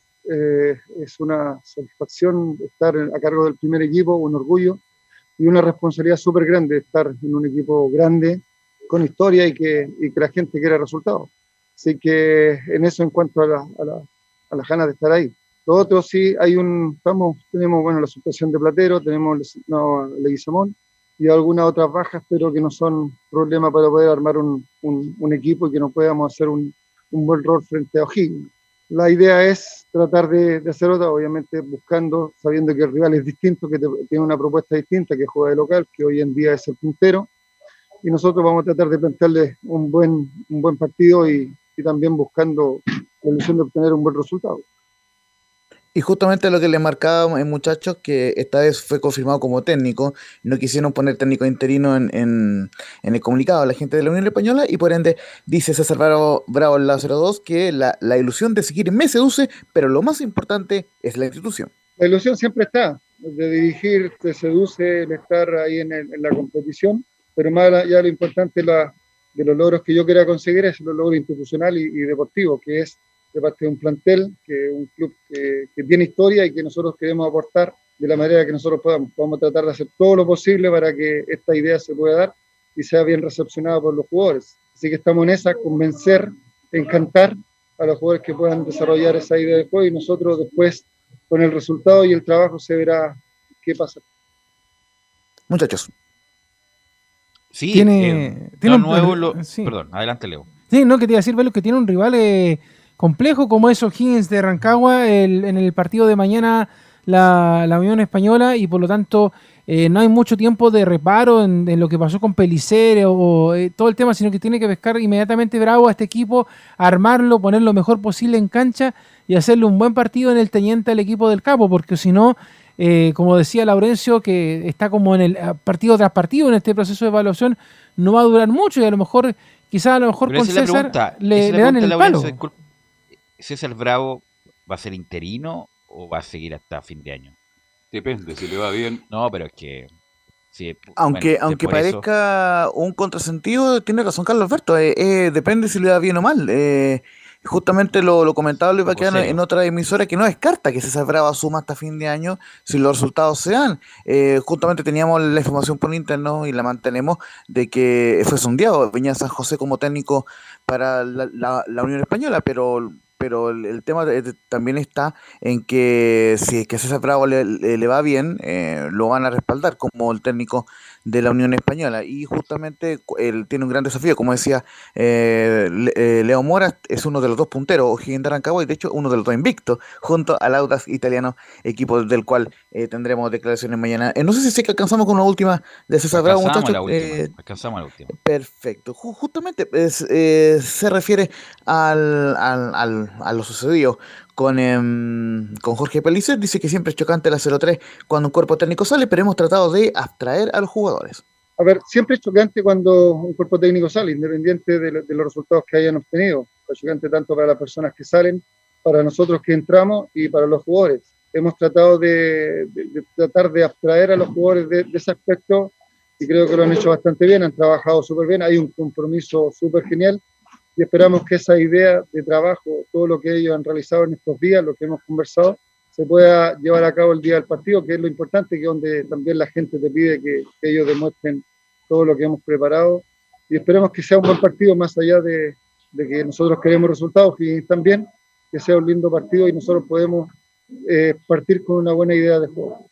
Es una satisfacción estar a cargo del primer equipo, un orgullo y una responsabilidad súper grande estar en un equipo grande, con historia y que la gente quiera resultados. Así que en eso, en cuanto a las ganas de estar ahí. Lo otro sí, tenemos bueno, la suspensión de Platero, tenemos Leguizamón y algunas otras bajas, pero que no son problema para poder armar un equipo y que no podamos hacer un buen rol frente a O'Higgins. La idea es tratar de hacer otra, obviamente sabiendo que el rival es distinto, que tiene una propuesta distinta, que juega de local, que hoy en día es el puntero, y nosotros vamos a tratar de plantearle un buen partido y también buscando la ilusión de obtener un buen resultado. Y justamente lo que le marcaba, muchachos, que esta vez fue confirmado como técnico, no quisieron poner técnico interino en el comunicado a la gente de la Unión Española, y por ende dice César Bravo en la 02 que la ilusión de seguir me seduce, pero lo más importante es la institución. La ilusión siempre está, de dirigir te seduce el estar ahí en la competición, pero más allá lo importante de los logros que yo quiera conseguir es los logros institucional y deportivo, que es de parte de un plantel, que un club que tiene historia y que nosotros queremos aportar de la manera que nosotros podamos. Vamos a tratar de hacer todo lo posible para que esta idea se pueda dar y sea bien recepcionada por los jugadores. Así que estamos en esa, convencer, encantar a los jugadores que puedan desarrollar esa idea de juego, y nosotros después, con el resultado y el trabajo, se verá qué pasa. Muchachos. Sí, tiene un nuevo... Sí. Perdón, adelante, Leo. Sí, no, que te iba a decir, Velo, que tiene un rival complejo como es O'Higgins de Rancagua en el partido de mañana, la Unión Española, y por lo tanto no hay mucho tiempo de reparo en lo que pasó con Pellicer o todo el tema, sino que tiene que pescar inmediatamente Bravo a este equipo, armarlo, poner lo mejor posible en cancha y hacerle un buen partido en el Teniente al equipo del Capo, porque si no, como decía Laurencio, que está como en el partido tras partido en este proceso de evaluación, no va a durar mucho, y a lo mejor con César le dan el palo. ¿César Bravo va a ser interino o va a seguir hasta fin de año? Depende, si le va bien. No, pero es que... Sí, aunque parezca un contrasentido, tiene razón Carlos Alberto, depende si le va bien o mal. Justamente lo comentaba Luis Baquedano en otra emisora, que no descarta que César Bravo asuma hasta fin de año si los resultados se dan. Justamente teníamos la información por interno y la mantenemos de que fue sondeado Peña San José como técnico para la Unión Española, pero el tema también está en que si es que César Bravo le va bien, lo van a respaldar como el técnico de la Unión Española, y justamente él tiene un gran desafío, como decía Leo Mora, es uno de los dos punteros, O'Higgins de Rancagua, y de hecho uno de los dos invictos, junto al Audax Italiano, equipo del cual tendremos declaraciones mañana. No sé si que alcanzamos con una última de César Bravo, muchachos. Alcanzamos la última. Perfecto. Justamente se refiere a lo sucedido con Jorge Pellicer. Dice que siempre es chocante la 0-3 cuando un cuerpo técnico sale, pero hemos tratado de abstraer a los jugadores. A ver, siempre es chocante cuando un cuerpo técnico sale, independiente de los resultados que hayan obtenido. Es chocante tanto para las personas que salen, para nosotros que entramos y para los jugadores. Hemos tratado de tratar de abstraer a los jugadores de ese aspecto, y creo que lo han hecho bastante bien, han trabajado súper bien, hay un compromiso súper genial, y esperamos que esa idea de trabajo, todo lo que ellos han realizado en estos días, lo que hemos conversado, se pueda llevar a cabo el día del partido, que es lo importante, que es donde también la gente te pide que ellos demuestren todo lo que hemos preparado, y esperemos que sea un buen partido, más allá de que nosotros queremos resultados, y también que sea un lindo partido y nosotros podemos partir con una buena idea de juego.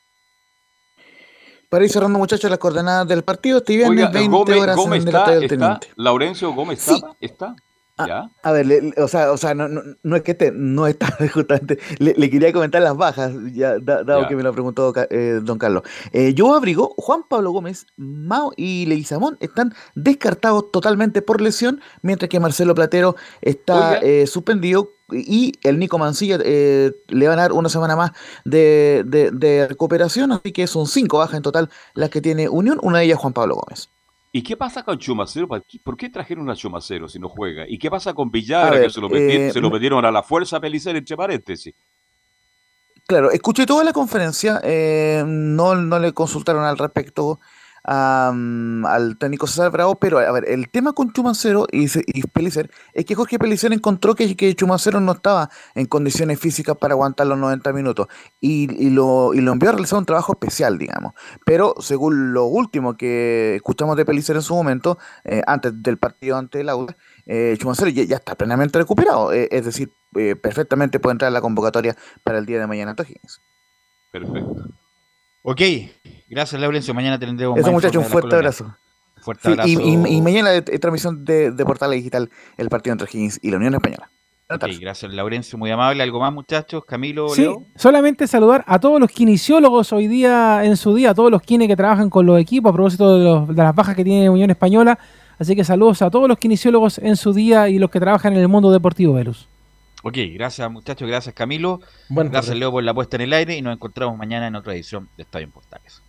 Para ir cerrando, muchachos, las coordenadas del partido, este viernes 20 horas en el Estadio del Teniente. ¿Laurencio Gómez Sí. está? ¿Ya? A ver, no es que no está justamente. Le quería comentar las bajas, dado que me lo preguntó don Carlos. Joao Abrigo, Juan Pablo Gómez, Mao y Leguizamón están descartados totalmente por lesión, mientras que Marcelo Platero está suspendido, y el Nico Mancilla le van a dar una semana más de recuperación, así que son 5 bajas en total las que tiene Unión, una de ellas Juan Pablo Gómez. ¿Y qué pasa con Chumacero? ¿Por qué trajeron a Chumacero si no juega? ¿Y qué pasa con Villagra, que se lo metieron a la fuerza a Pellicer, entre paréntesis? Claro, escuché toda la conferencia, no le consultaron al respecto al técnico César Bravo, pero a ver, el tema con Chumacero y Pellicer es que Jorge Pellicer encontró que Chumacero no estaba en condiciones físicas para aguantar los 90 minutos y lo envió a realizar un trabajo especial, digamos. Pero según lo último que escuchamos de Pellicer en su momento, antes del partido ante el Audax, Chumacero ya está plenamente recuperado, es decir, perfectamente puede entrar a la convocatoria para el día de mañana ante O'Higgins. Perfecto. Ok, gracias Laurencio, mañana tendremos eso, muchachos, un fuerte abrazo. Fuerte abrazo. Y mañana es transmisión de Portales Digital, el partido entre O'Higgins y la Unión Española. Ok, gracias Laurencio, muy amable. ¿Algo más, muchachos? Camilo, sí, Leo. Solamente saludar a todos los kinesiólogos hoy día, en su día, a todos los kines que trabajan con los equipos, a propósito de las bajas que tiene Unión Española. Así que saludos a todos los kinesiólogos en su día y los que trabajan en el mundo deportivo, Velus. Ok, gracias muchachos, gracias Camilo. Bueno, gracias Leo por la puesta en el aire, y nos encontramos mañana en otra edición de Estadio en Portales.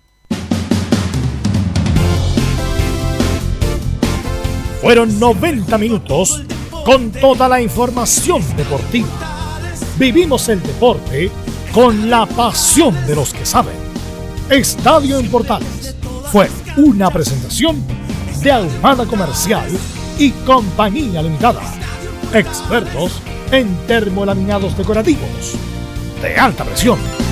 Fueron 90 minutos con toda la información deportiva. Vivimos el deporte con la pasión de los que saben. Estadio en Portales fue una presentación de Ahumada Comercial y Compañía Limitada. Expertos en termolaminados decorativos de alta presión.